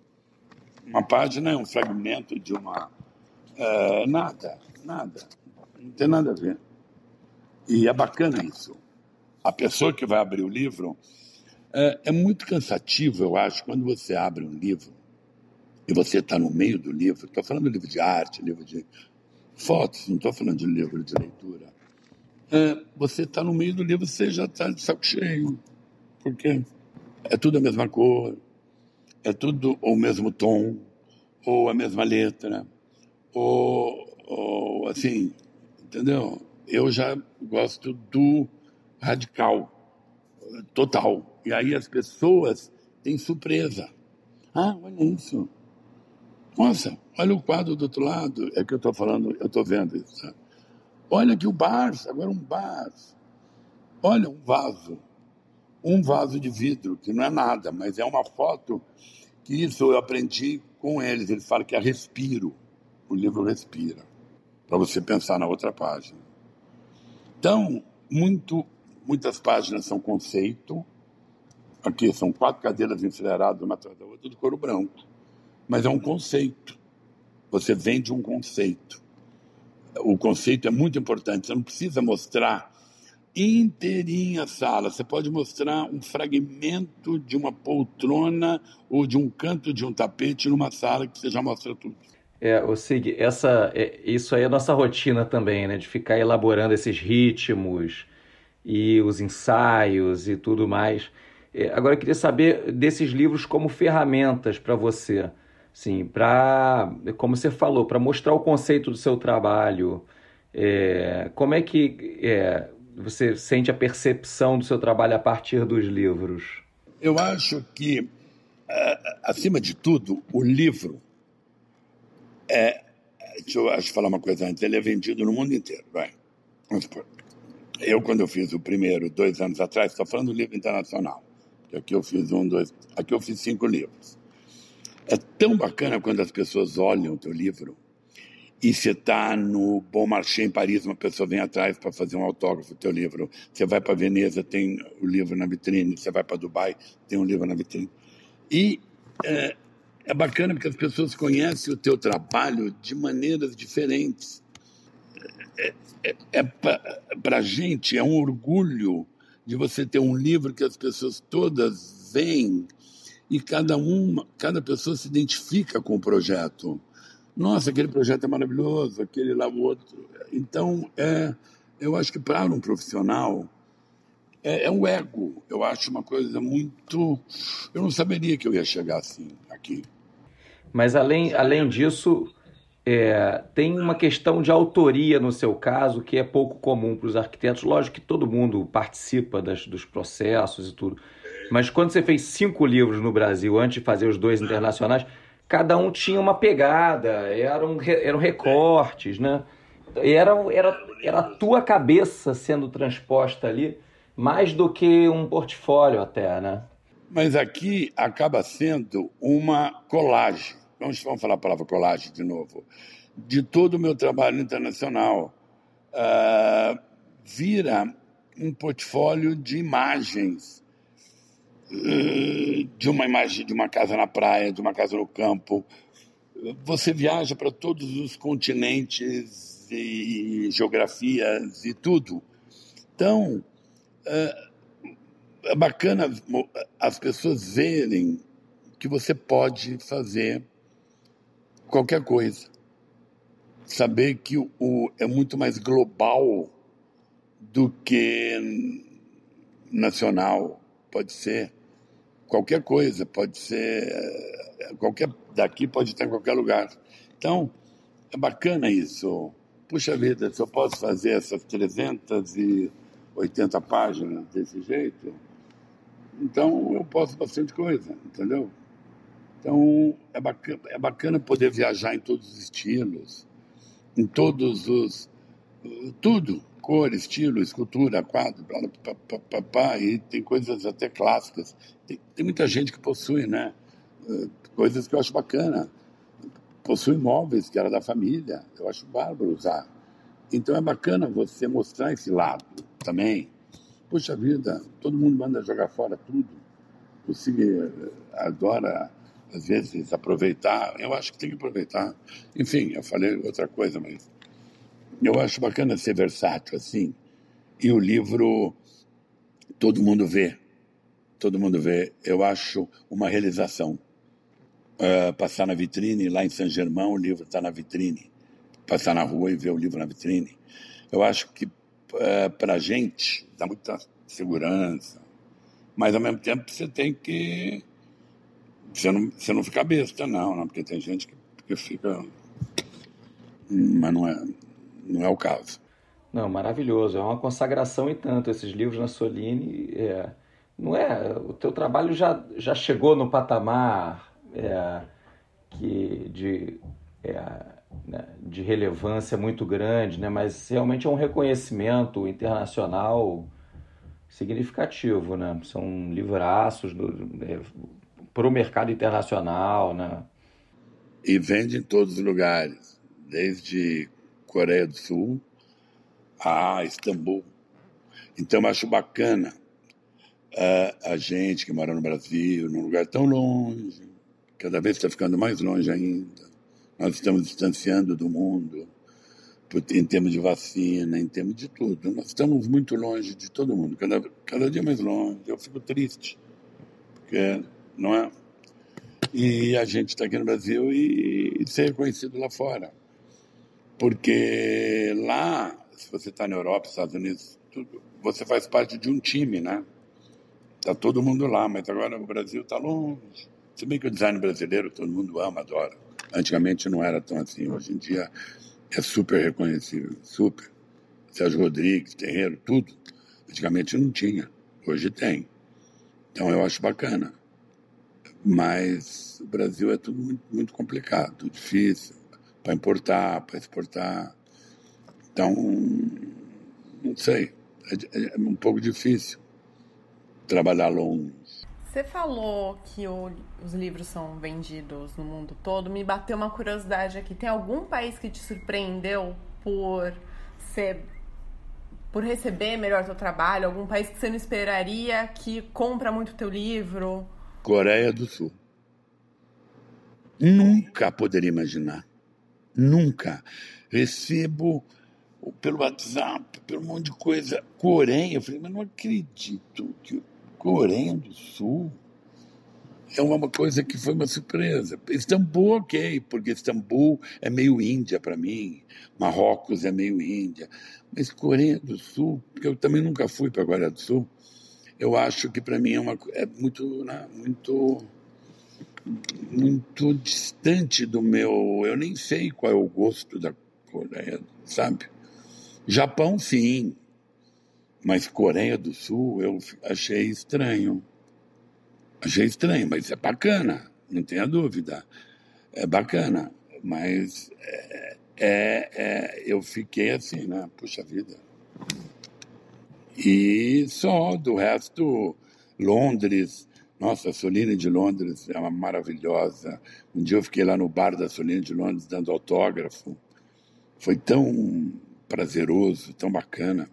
Uma página é um fragmento de uma... Uh, nada, nada. Não tem nada a ver. E é bacana isso. A pessoa que vai abrir o livro... É, é muito cansativo, eu acho, quando você abre um livro e você está no meio do livro. Estou falando de livro de arte, livro de fotos, não estou falando de livro de leitura. É, você está no meio do livro, você já está de saco cheio. Porque é tudo a mesma cor, é tudo o mesmo tom, ou a mesma letra, ou, ou assim, entendeu? Eu já gosto do radical, total. E aí as pessoas têm surpresa. Ah, olha isso. Nossa, olha o quadro do outro lado. É que eu estou falando, eu estou vendo isso. Tá? Olha aqui o Barça, agora um Barça. Olha um vaso. Um vaso de vidro, que não é nada, mas é uma foto que isso eu aprendi com eles. Eles falam que é respiro. O livro respira. Para você pensar na outra página. Então, muito, muitas páginas são conceito. Aqui são quatro cadeiras enfileiradas uma atrás da outra, de couro branco. Mas é um conceito. Você vende um conceito. O conceito é muito importante. Você não precisa mostrar inteirinha a sala. Você pode mostrar um fragmento de uma poltrona ou de um canto de um tapete numa sala que você já mostra tudo. É, o Sig, essa, é, isso aí é a nossa rotina também, né? De ficar elaborando esses ritmos e os ensaios e tudo mais. É, agora eu queria saber desses livros como ferramentas para você. Sim, para, como você falou, para mostrar o conceito do seu trabalho. É, como é que é, você sente a percepção do seu trabalho a partir dos livros? Eu acho que, acima de tudo, o livro é... Deixa eu acho, falar uma coisa antes. Ele é vendido no mundo inteiro. Vai. Vamos supor. Eu, quando eu fiz o primeiro, dois anos atrás, estou falando do livro internacional. Aqui eu fiz um, dois... Aqui eu fiz cinco livros. É tão bacana quando as pessoas olham o teu livro e você está no Bon Marché em Paris, uma pessoa vem atrás para fazer um autógrafo do teu livro. Você vai para Veneza, tem o livro na vitrine. Você vai para Dubai, tem um livro na vitrine. E é, é bacana porque as pessoas conhecem o teu trabalho de maneiras diferentes. É, é, é para a gente, é um orgulho de você ter um livro que as pessoas todas veem e cada uma, cada pessoa se identifica com o projeto. Nossa, aquele projeto é maravilhoso, aquele lá o outro. Então, é, eu acho que para um profissional é, é um ego. Eu acho uma coisa muito... Eu não saberia que eu ia chegar assim aqui. Mas além, além disso, é, tem uma questão de autoria no seu caso que é pouco comum para os arquitetos. Lógico que todo mundo participa das, dos processos e tudo. Mas quando você fez cinco livros no Brasil, antes de fazer os dois internacionais, cada um tinha uma pegada, eram, eram recortes, né? Era, era, era a tua cabeça sendo transposta ali, mais do que um portfólio até, né? Mas aqui acaba sendo uma colagem, vamos, vamos falar a palavra colagem de novo, de todo o meu trabalho internacional. Uh, vira um portfólio de imagens, uh, de uma imagem de uma casa na praia, de uma casa no campo. Você viaja para todos os continentes e geografias e tudo. Então, uh, é bacana as pessoas verem que você pode fazer qualquer coisa. Saber que o, o, é muito mais global do que nacional. Pode ser qualquer coisa, pode ser... Qualquer, daqui pode estar em qualquer lugar. Então, é bacana isso. Puxa vida, se eu posso fazer essas trezentas e oitenta páginas desse jeito... Então, eu posso bastante coisa, entendeu? Então, é bacana, é bacana poder viajar em todos os estilos, em todos os... Tudo, cor, estilo, escultura, quadro, blá, blá, blá, blá, blá, e tem coisas até clássicas. Tem, tem muita gente que possui, né? Coisas que eu acho bacana. Possui móveis que era da família, eu acho bárbaro usar. Então, é bacana você mostrar esse lado também. Puxa vida, todo mundo manda jogar fora tudo. Você adora, às vezes, aproveitar. Eu acho que tem que aproveitar. Enfim, eu falei outra coisa, mas eu acho bacana ser versátil assim. E o livro, todo mundo vê. Todo mundo vê. Eu acho uma realização. Uh, passar na vitrine, lá em Saint-Germain, o livro está na vitrine. Passar na rua e ver o livro na vitrine. Eu acho que Uh, para a gente, dá muita segurança, mas ao mesmo tempo você tem que você não, você não fica besta, não, não, porque tem gente que, que fica, mas não é, não é o caso. Não, maravilhoso, é uma consagração e tanto esses livros na Soline. É, não é, o teu trabalho já, já chegou no patamar é, que de é, né, de relevância muito grande, né? Mas realmente é um reconhecimento internacional significativo, né? São livraços é, para o mercado internacional, né? E vende em todos os lugares, desde Coreia do Sul a Istambul. Então eu acho bacana a, a gente que mora no Brasil, num lugar tão longe, cada vez está ficando mais longe ainda. Nós estamos distanciando do mundo, em termos de vacina, em termos de tudo. Nós estamos muito longe de todo mundo, cada, cada dia mais longe. Eu fico triste, porque não é... E a gente está aqui no Brasil e, e ser reconhecido lá fora. Porque lá, se você está na Europa, Estados Unidos, tudo, você faz parte de um time, né? Está todo mundo lá, mas agora o Brasil está longe. Se bem que o design brasileiro todo mundo ama, adora. Antigamente não era tão assim, hoje em dia é super reconhecível, super. Sérgio Rodrigues, Terreiro, tudo. Antigamente não tinha, hoje tem. Então eu acho bacana. Mas o Brasil é tudo muito, muito complicado, difícil, para importar, para exportar. Então, não sei, é, é um pouco difícil trabalhar longe. Você falou que o, os livros são vendidos no mundo todo. Me bateu uma curiosidade aqui. Tem algum país que te surpreendeu por ser, por receber melhor teu trabalho? Algum país que você não esperaria que compra muito teu livro? Coreia do Sul. Nunca poderia imaginar. Nunca. Recebo pelo WhatsApp, pelo um monte de coisa. Coreia. Eu falei, mas não acredito que Coreia do Sul é uma coisa que foi uma surpresa. Istambul, ok, porque Istambul é meio Índia para mim, Marrocos é meio Índia, mas Coreia do Sul, porque eu também nunca fui para a Coreia do Sul, eu acho que para mim é, uma, é muito, né, muito, muito distante do meu... Eu nem sei qual é o gosto da Coreia, sabe? Japão, sim. Mas Coreia do Sul eu achei estranho. Achei estranho, mas é bacana, não tenha dúvida. é bacana, mas é, é, é, eu fiquei assim, né? Puxa vida. E só, do resto, Londres, nossa, a Soline de Londres é uma maravilhosa. Um dia eu fiquei lá no bar da Soline de Londres dando autógrafo. Foi tão prazeroso, tão bacana.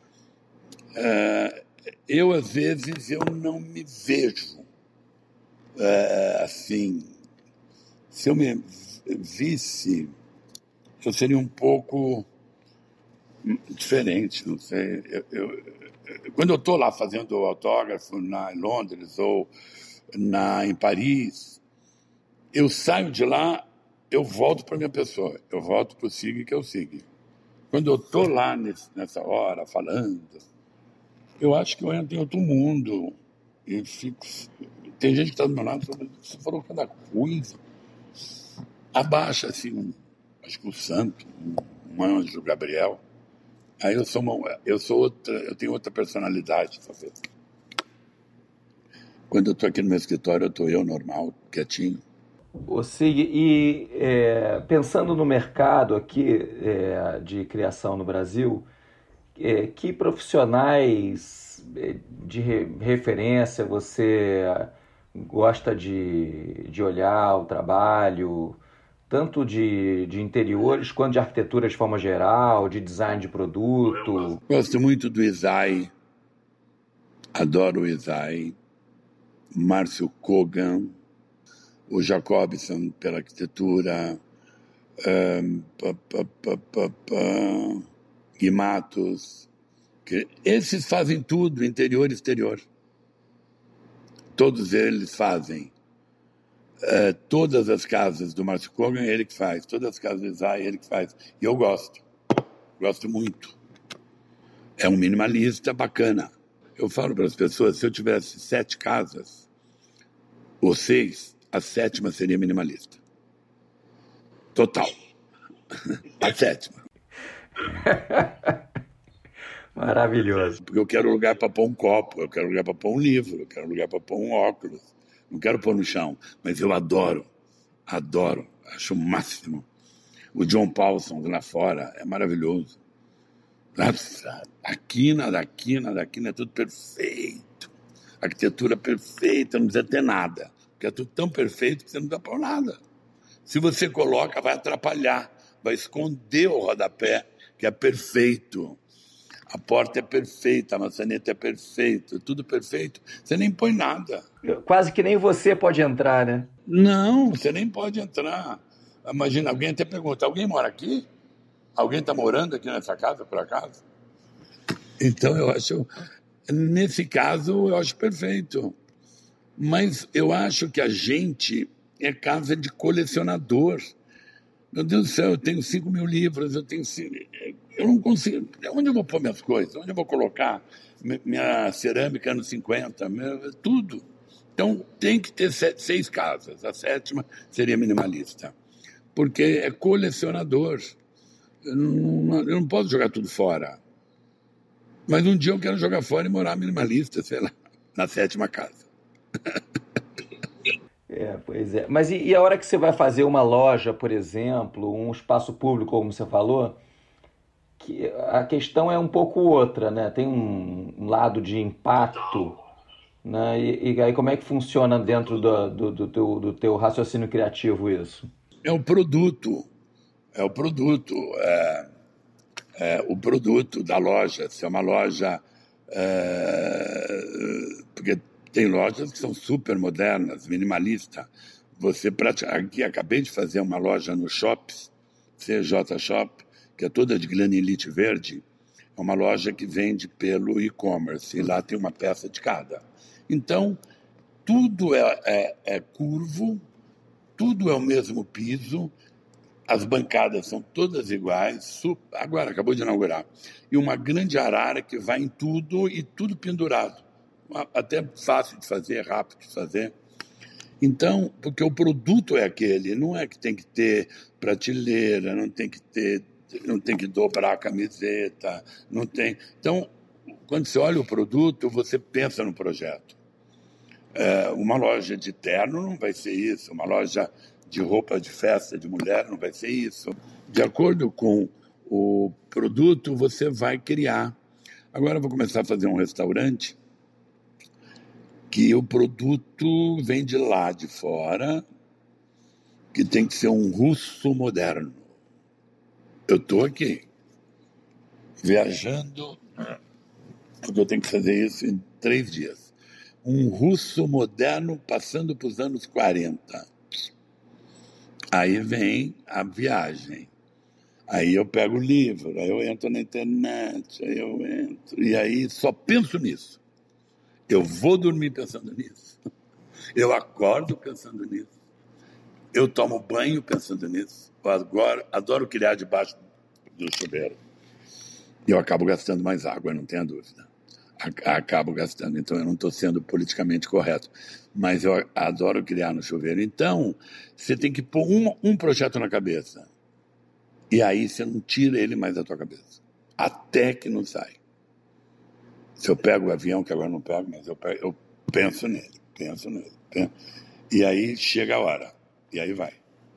É, eu, às vezes, eu não me vejo é, assim. Se eu me visse, eu seria um pouco diferente, não sei. Eu, eu, quando eu estou lá fazendo autógrafo na, em Londres ou na, em Paris, eu saio de lá, eu volto para minha pessoa, eu volto para o Sig que eu sigo. Quando eu estou lá nesse, nessa hora, falando, eu acho que eu entro em outro mundo e fico... Tem gente que está do meu lado, você falou cada coisa. Abaixa, assim, um, acho que o santo, um, um anjo, Gabriel. Aí eu sou uma, eu sou outra, eu tenho outra personalidade, talvez. Quando eu estou aqui no meu escritório, eu estou eu normal, quietinho. Ô Sig, e é, pensando no mercado aqui é, de criação no Brasil, é, que profissionais de re, referência você gosta de, de olhar o trabalho, tanto de, de interiores quanto de arquitetura de forma geral, de design de produto? Gosto muito do Isai, adoro o Isai, Márcio Kogan, o Jacobson pela arquitetura, um, pá, pá, pá, pá, pá, Gui Matos, que esses fazem tudo, interior e exterior. Todos eles fazem. Uh, todas as casas do Márcio Kogan, ele que faz. Todas as casas do Isai, ele que faz. E eu gosto. Gosto muito. É um minimalista bacana. Eu falo para as pessoas, se eu tivesse sete casas, ou seis, a sétima seria minimalista. Total. A sétima. Maravilhoso. Porque eu quero lugar para pôr um copo, eu quero lugar para pôr um livro, eu quero lugar para pôr um óculos. Não quero pôr no chão, mas eu adoro, adoro, acho o máximo. O John Paulson lá fora é maravilhoso. Nossa, a quina da quina da quina é tudo perfeito. Arquitetura perfeita, não precisa ter nada. Porque é tudo tão perfeito que você não dá para nada. Se você coloca, vai atrapalhar, vai esconder o rodapé, que é perfeito. A porta é perfeita, a maçaneta é perfeita, tudo perfeito. Você nem põe nada. Quase que nem você pode entrar, né? Não, você nem pode entrar. Imagina, alguém até pergunta, alguém mora aqui? Alguém está morando aqui nessa casa, por acaso? Então, eu acho, nesse caso, eu acho perfeito. Mas eu acho que a gente é casa de colecionador. Meu Deus do céu, eu tenho cinco mil livros, eu tenho cinco... Eu não consigo... Onde eu vou pôr minhas coisas? Onde eu vou colocar minha cerâmica anos cinquenta? Meu... Tudo. Então, tem que ter sete, seis casas. A sétima seria minimalista. Porque é colecionador. Eu não, eu não posso jogar tudo fora. Mas um dia eu quero jogar fora e morar minimalista, sei lá, na sétima casa. É, pois é. Mas e, e a hora que você vai fazer uma loja, por exemplo, um espaço público, como você falou, que a questão é um pouco outra, né? Tem um, um lado de impacto, né? E, e aí como é que funciona dentro do, do, do, teu, do teu raciocínio criativo isso? É o produto, é o produto, é, é o produto da loja. Se é uma loja... É, porque tem lojas que são super modernas, minimalista. Você aqui acabei de fazer uma loja no Shops, C J Shop, que é toda de granilite verde. É uma loja que vende pelo e-commerce e lá tem uma peça de cada. Então, tudo é, é, é curvo, tudo é o mesmo piso, as bancadas são todas iguais, super, agora acabou de inaugurar. E uma grande arara que vai em tudo e tudo pendurado. Até fácil de fazer, rápido de fazer. Então, porque o produto é aquele, não é que tem que ter prateleira, não tem que ter, não tem que dobrar a camiseta, não tem. Então, quando você olha o produto, você pensa no projeto. É, uma loja de terno não vai ser isso, uma loja de roupa de festa de mulher, não vai ser isso. De acordo com o produto, você vai criar. Agora eu vou começar a fazer um restaurante que o produto vem de lá de fora, que tem que ser um russo moderno. Eu estou aqui, viajando, porque eu tenho que fazer isso em três dias. Um russo moderno passando para os anos quarenta. Aí vem a viagem. Aí eu pego o livro, aí eu entro na internet, aí eu entro, e aí só penso nisso. Eu vou dormir pensando nisso. Eu acordo pensando nisso. Eu tomo banho pensando nisso. Eu adoro, adoro criar debaixo do chuveiro. E eu acabo gastando mais água, não tenha dúvida. Acabo gastando, então eu não estou sendo politicamente correto. Mas eu adoro criar no chuveiro. Então, você tem que pôr um, um projeto na cabeça. E aí você não tira ele mais da tua cabeça. Até que não sai. Se eu pego o avião, que agora não pego, mas eu, pego, eu penso nele, penso nele. Penso. E aí chega a hora. E aí vai.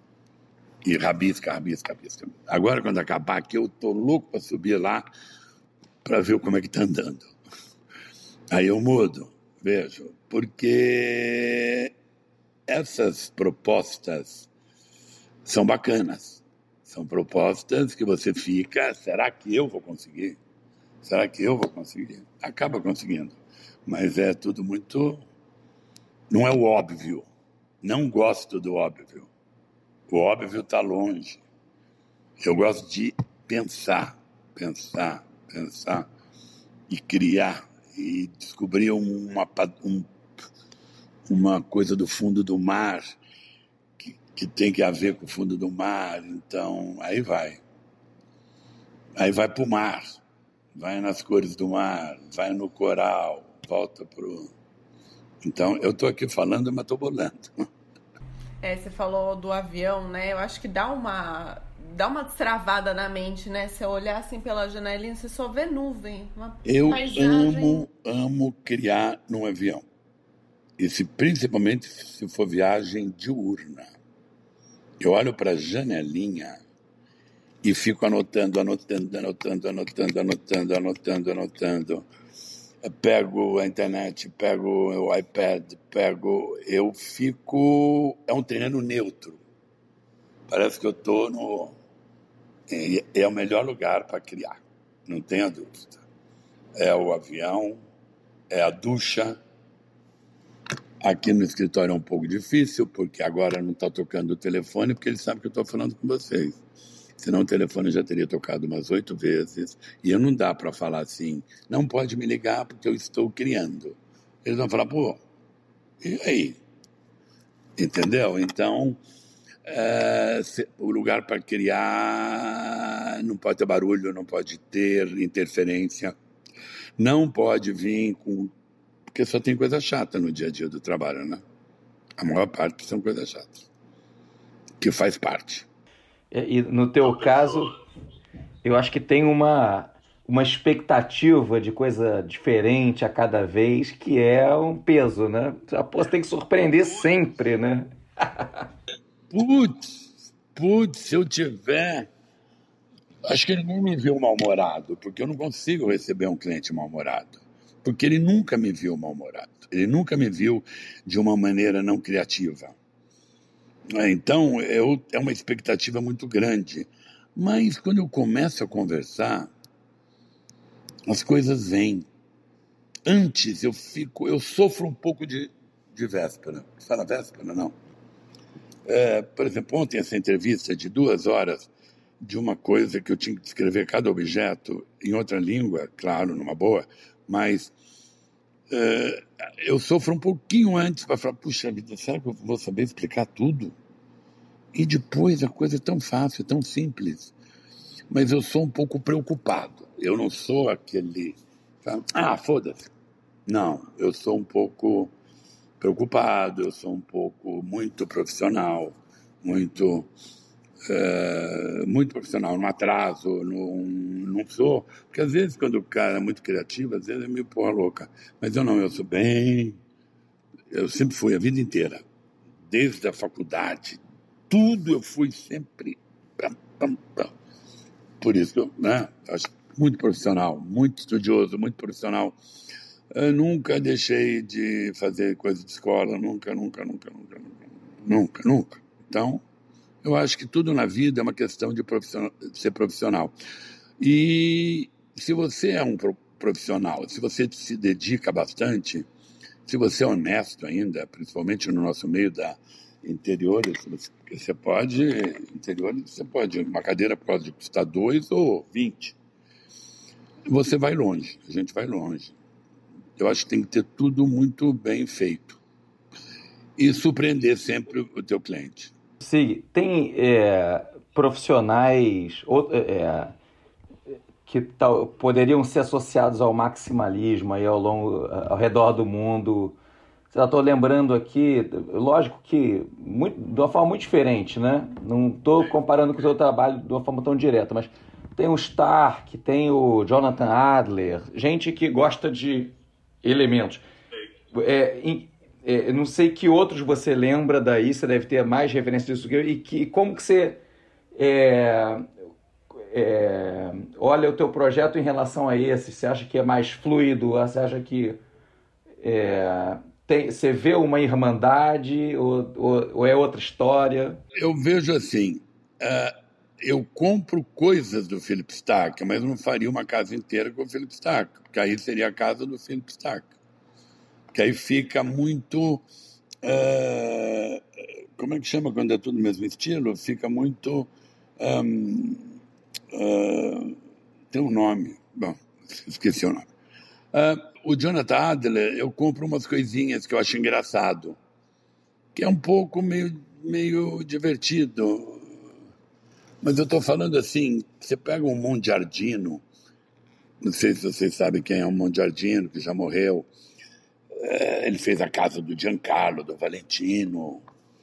E rabisca, rabisca, rabisca. Agora, quando acabar aqui, eu tô louco para subir lá para ver como é que tá andando. Aí eu mudo, vejo. Porque essas propostas são bacanas. São propostas que você fica, será que eu vou conseguir? Será que eu vou conseguir? Acaba conseguindo. Mas é tudo muito... Não é o óbvio. Não gosto do óbvio. O óbvio está longe. Eu gosto de pensar, pensar, pensar e criar e descobrir uma, um, uma coisa do fundo do mar que, que tem que ver com o fundo do mar. Então, aí vai. Aí vai para o mar. Vai nas cores do mar, vai no coral, volta pro... Então, eu estou aqui falando, mas estou bolando. É, você falou do avião, né? Eu acho que dá uma, dá uma destravada na mente, né? Você olhar assim pela janelinha, você só vê nuvem. Uma eu paisagem... amo, amo criar num avião. E se, principalmente se for viagem diurna. Eu olho para a janelinha... E fico anotando, anotando, anotando, anotando, anotando, anotando, anotando. Eu pego a internet, pego o iPad, pego... Eu fico... É um terreno neutro. Parece que eu estou no... É o melhor lugar para criar, não tenha dúvida. É o avião, é a ducha. Aqui no escritório é um pouco difícil, porque agora não está tocando o telefone, porque ele sabe que eu estou falando com vocês. Senão o telefone já teria tocado umas oito vezes. E eu não dá para falar assim, não pode me ligar porque eu estou criando. Eles vão falar, pô, e aí? Entendeu? Então, é, se, o lugar para criar não pode ter barulho, não pode ter interferência, não pode vir com... Porque só tem coisa chata no dia a dia do trabalho, né? A maior parte são coisas chatas, que faz parte. E no teu caso, eu acho que tem uma, uma expectativa de coisa diferente a cada vez, que é um peso, né? Você tem que surpreender sempre, né? Putz, putz, se eu tiver... Acho que ninguém me viu mal-humorado, porque eu não consigo receber um cliente mal-humorado. Porque ele nunca me viu mal-humorado. Ele nunca me viu de uma maneira não criativa. Então, eu, é uma expectativa muito grande. Mas quando eu começo a conversar, as coisas vêm. Antes eu fico, eu sofro um pouco de, de véspera. Fala véspera, não? É, por exemplo, ontem essa entrevista de duas horas de uma coisa que eu tinha que descrever cada objeto em outra língua, claro, numa boa, mas é, eu sofro um pouquinho antes para falar, puxa vida, será que eu vou saber explicar tudo? E depois a coisa é tão fácil, tão simples. Mas eu sou um pouco preocupado. Eu não sou aquele... Ah, foda-se. Não, eu sou um pouco preocupado, eu sou um pouco muito profissional, muito... É, muito profissional, não atraso, não, não sou... Porque às vezes quando o cara é muito criativo, às vezes é meio porra louca. Mas eu não, eu sou bem... Eu sempre fui a vida inteira. Desde a faculdade, tudo eu fui sempre... Por isso, eu, né, acho muito profissional, muito estudioso, muito profissional. Eu nunca deixei de fazer coisa de escola, nunca, nunca, nunca, nunca, nunca, nunca, nunca. Então, eu acho que tudo na vida é uma questão de, profissional, de ser profissional. E se você é um profissional, se você se dedica bastante, se você é honesto ainda, principalmente no nosso meio da interiores, você pode, interiores, você pode, uma cadeira pode custar dois ou vinte. Você vai longe, a gente vai longe. Eu acho que tem que ter tudo muito bem feito e surpreender sempre o teu cliente. Sim, tem é, profissionais ou, é, que tal, poderiam ser associados ao maximalismo aí ao, longo, ao redor do mundo. Já estou lembrando aqui, lógico que muito, de uma forma muito diferente, né? Não estou comparando com o seu trabalho de uma forma tão direta, mas tem o Stark, tem o Jonathan Adler, gente que gosta de elementos. É, em, é, não sei que outros você lembra daí, você deve ter mais referências disso que eu, e que, como que você é, é, olha o teu projeto em relação a esse? Você acha que é mais fluido? Você acha que é, tem, você vê uma irmandade ou, ou, ou é outra história? Eu vejo assim, uh, eu compro coisas do Philip Stark, mas não faria uma casa inteira com o Philip Stark, porque aí seria a casa do Philip Stark. Que aí fica muito... Uh, como é que chama quando é tudo do mesmo estilo? Fica muito... Um, uh, tem um nome. Bom, esqueci o nome. Uh, o Jonathan Adler, eu compro umas coisinhas que eu acho engraçado, que é um pouco meio, meio divertido. Mas eu estou falando assim, você pega um Mongiardino, não sei se vocês sabem quem é o Mongiardino, que já morreu. Ele fez a casa do Giancarlo, do Valentino.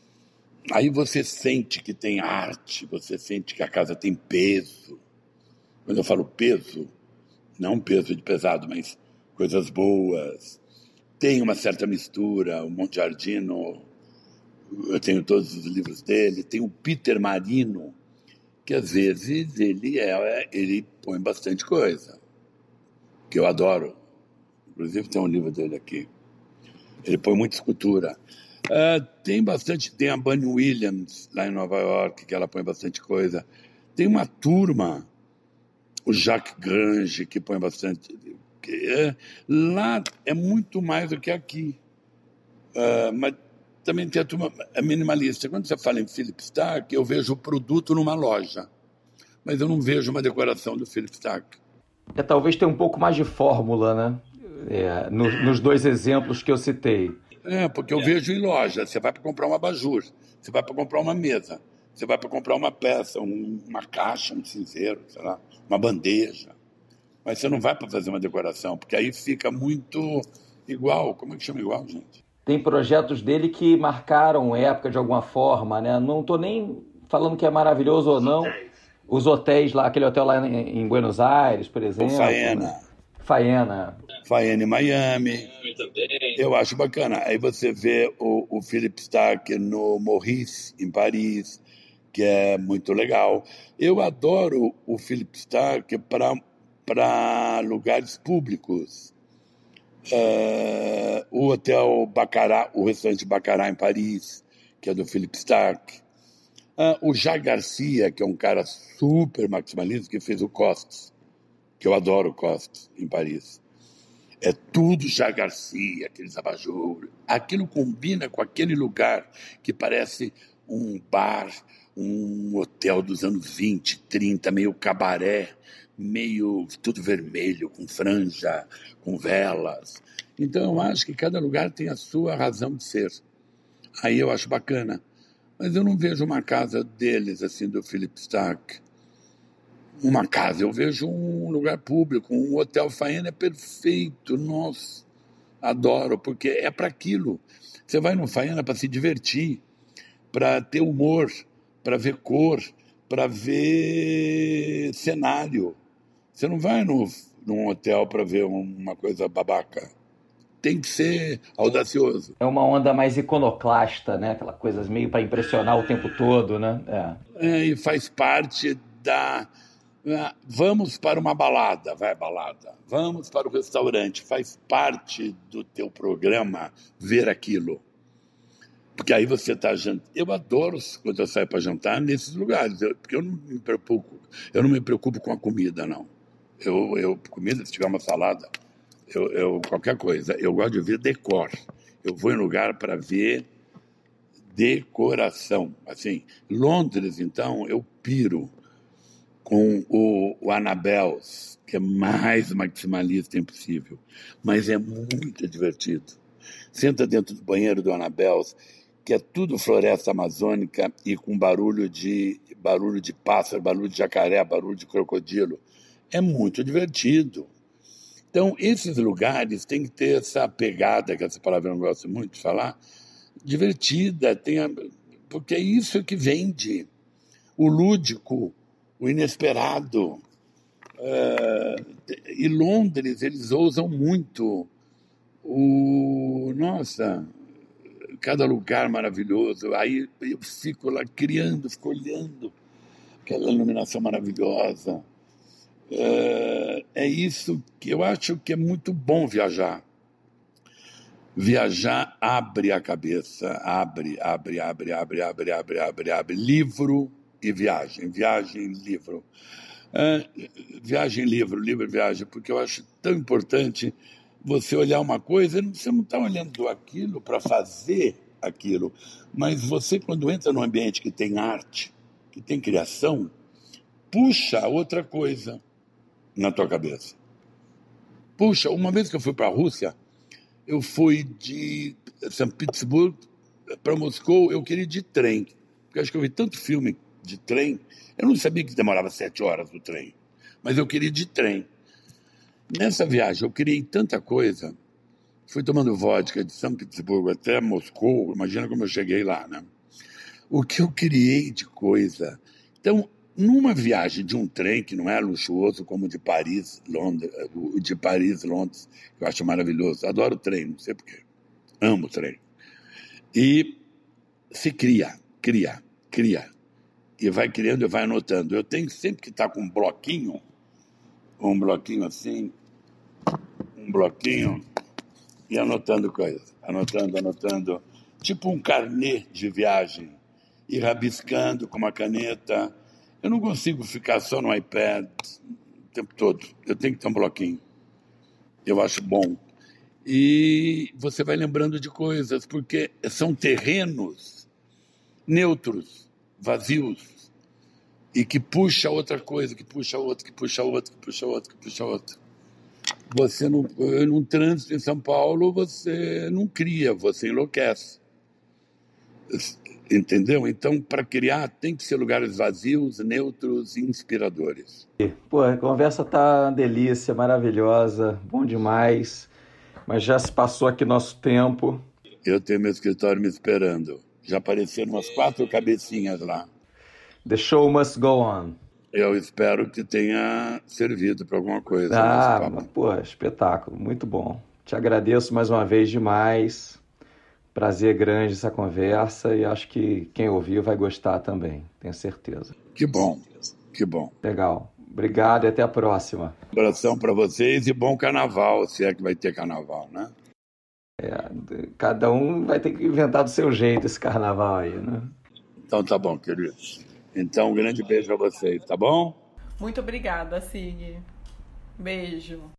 Aí você sente que tem arte, você sente que a casa tem peso. Quando eu falo peso, não peso de pesado, mas coisas boas. Tem uma certa mistura. O Mongiardino, eu tenho todos os livros dele. Tem o Peter Marino, que às vezes ele, é, ele põe bastante coisa, que eu adoro. Inclusive tem um livro dele aqui. Ele põe muita escultura. Uh, tem bastante, tem a Bunny Williams, lá em Nova York, que ela põe bastante coisa. Tem uma turma, o Jacques Grange, que põe bastante... Que é, lá é muito mais do que aqui. Uh, mas também tem a turma é minimalista. Quando você fala em Philip Stark, eu vejo o produto numa loja, mas eu não vejo uma decoração do Philip Stark. É, talvez tenha um pouco mais de fórmula, né? É, no, nos dois exemplos que eu citei. É, porque eu vejo em loja, você vai para comprar um abajur, você vai para comprar uma mesa, você vai para comprar uma peça, um, uma caixa, um cinzeiro, sei lá, uma bandeja. Mas você não vai para fazer uma decoração, porque aí fica muito igual. Como é que chama igual, gente? Tem projetos dele que marcaram época de alguma forma, né? Não estou nem falando que é maravilhoso ou não. Os hotéis lá, aquele hotel lá em, em Buenos Aires, por exemplo. O Faena. Né? Faena. Faena em Miami. Eu acho bacana. Aí você vê o, o Philip Stark no Maurice, em Paris, que é muito legal. Eu adoro o Philip Stark para lugares públicos. Uh, o Hotel Baccarat, o restaurante Baccarat em Paris, que é do Philip Stark. Uh, o Jacques Garcia, que é um cara super maximalista, que fez o Costes, que eu adoro o Costes, em Paris. É tudo Jacques Garcia, aqueles abajures. Aquilo combina com aquele lugar que parece um bar, um hotel dos anos vinte, trinta, meio cabaré, meio tudo vermelho, com franja, com velas. Então eu acho que cada lugar tem a sua razão de ser. Aí eu acho bacana. Mas eu não vejo uma casa deles, assim, do Philip Stark. Uma casa, eu vejo um lugar público, um hotel Faena é perfeito, nossa, adoro, porque é para aquilo. Você vai no Faena para se divertir, para ter humor, para ver cor, para ver cenário. Você não vai no, num hotel para ver uma coisa babaca. tem que ser audacioso. É uma onda mais iconoclasta, né? Aquela coisa meio para impressionar o tempo todo, né? É. É, e faz parte da... Vamos para uma balada, vai balada. Vamos para o restaurante, faz parte do teu programa ver aquilo. Porque aí você está jantando. Eu adoro quando eu saio para jantar nesses lugares, eu, porque eu não me preocupo, eu não me preocupo com a comida, não. Eu, eu comida, se tiver uma salada, eu, eu, qualquer coisa. Eu gosto de ver decor. Eu vou em lugar para ver decoração. Assim, Londres, então, eu piro com o, o Annabelle's, que é mais maximalista impossível, mas é muito divertido. Senta dentro do banheiro do Annabelle's, que é tudo floresta amazônica e com barulho de, barulho de pássaro, barulho de jacaré, barulho de crocodilo. É muito divertido. Então, esses lugares têm que ter essa pegada, que essa palavra eu não gosto muito de falar, divertida, tem a, porque é isso que vende. O lúdico, o inesperado. É, e Londres, eles ousam muito. O, nossa, cada lugar maravilhoso. Aí eu fico lá criando, fico olhando aquela iluminação maravilhosa. É, é isso que eu acho que é muito bom viajar. Viajar abre a cabeça, abre, abre, abre, abre, abre, abre, abre, abre. Livro e viagem, viagem, livro. É, viagem, livro, livro, viagem, porque eu acho tão importante você olhar uma coisa, você não está olhando aquilo para fazer aquilo, mas você, quando entra num ambiente que tem arte, que tem criação, puxa outra coisa na tua cabeça. Puxa, uma vez que eu fui para a Rússia, eu fui de São Petersburgo para Moscou, eu queria ir de trem, porque acho que eu vi tanto filme de trem, eu não sabia que demorava sete horas o trem, mas eu queria ir de trem. Nessa viagem eu criei tanta coisa, fui tomando vodka de São Petersburgo até Moscou, imagina como eu cheguei lá, né? O que eu criei de coisa. Então, numa viagem de um trem, que não é luxuoso como o de Paris, Londres, o de Paris, Londres, que eu acho maravilhoso, adoro trem, não sei porquê, amo trem. E se cria, cria, cria, e vai criando e vai anotando. Eu tenho sempre que estar com um bloquinho, um bloquinho assim, um bloquinho, e anotando coisas, anotando, anotando, tipo um carnê de viagem, e rabiscando com uma caneta. Eu não consigo ficar só no iPad o tempo todo, eu tenho que ter um bloquinho, eu acho bom. E você vai lembrando de coisas, porque são terrenos neutros, vazios, e que puxa outra coisa, que puxa outra, que puxa outra, que puxa outra, que puxa outra. Você, não, num trânsito em São Paulo, você não cria, você enlouquece. Entendeu? Então, para criar, tem que ser lugares vazios, neutros e inspiradores. Pô, a conversa tá uma delícia, maravilhosa, bom demais, mas já se passou aqui nosso tempo. Eu tenho meu escritório me esperando. Já apareceram umas quatro cabecinhas lá. The show must go on. Eu espero que tenha servido para alguma coisa. Ah, pô, espetáculo, muito bom. Te agradeço mais uma vez demais. Prazer grande essa conversa e acho que quem ouviu vai gostar também, tenho certeza. Que bom, que bom. Legal. Obrigado e até a próxima. Um abração para vocês e bom carnaval, se é que vai ter carnaval, né? É, cada um vai ter que inventar do seu jeito esse carnaval aí, né? Então tá bom, queridos. Então um grande beijo a vocês, tá bom? Muito obrigada, Sig. Beijo.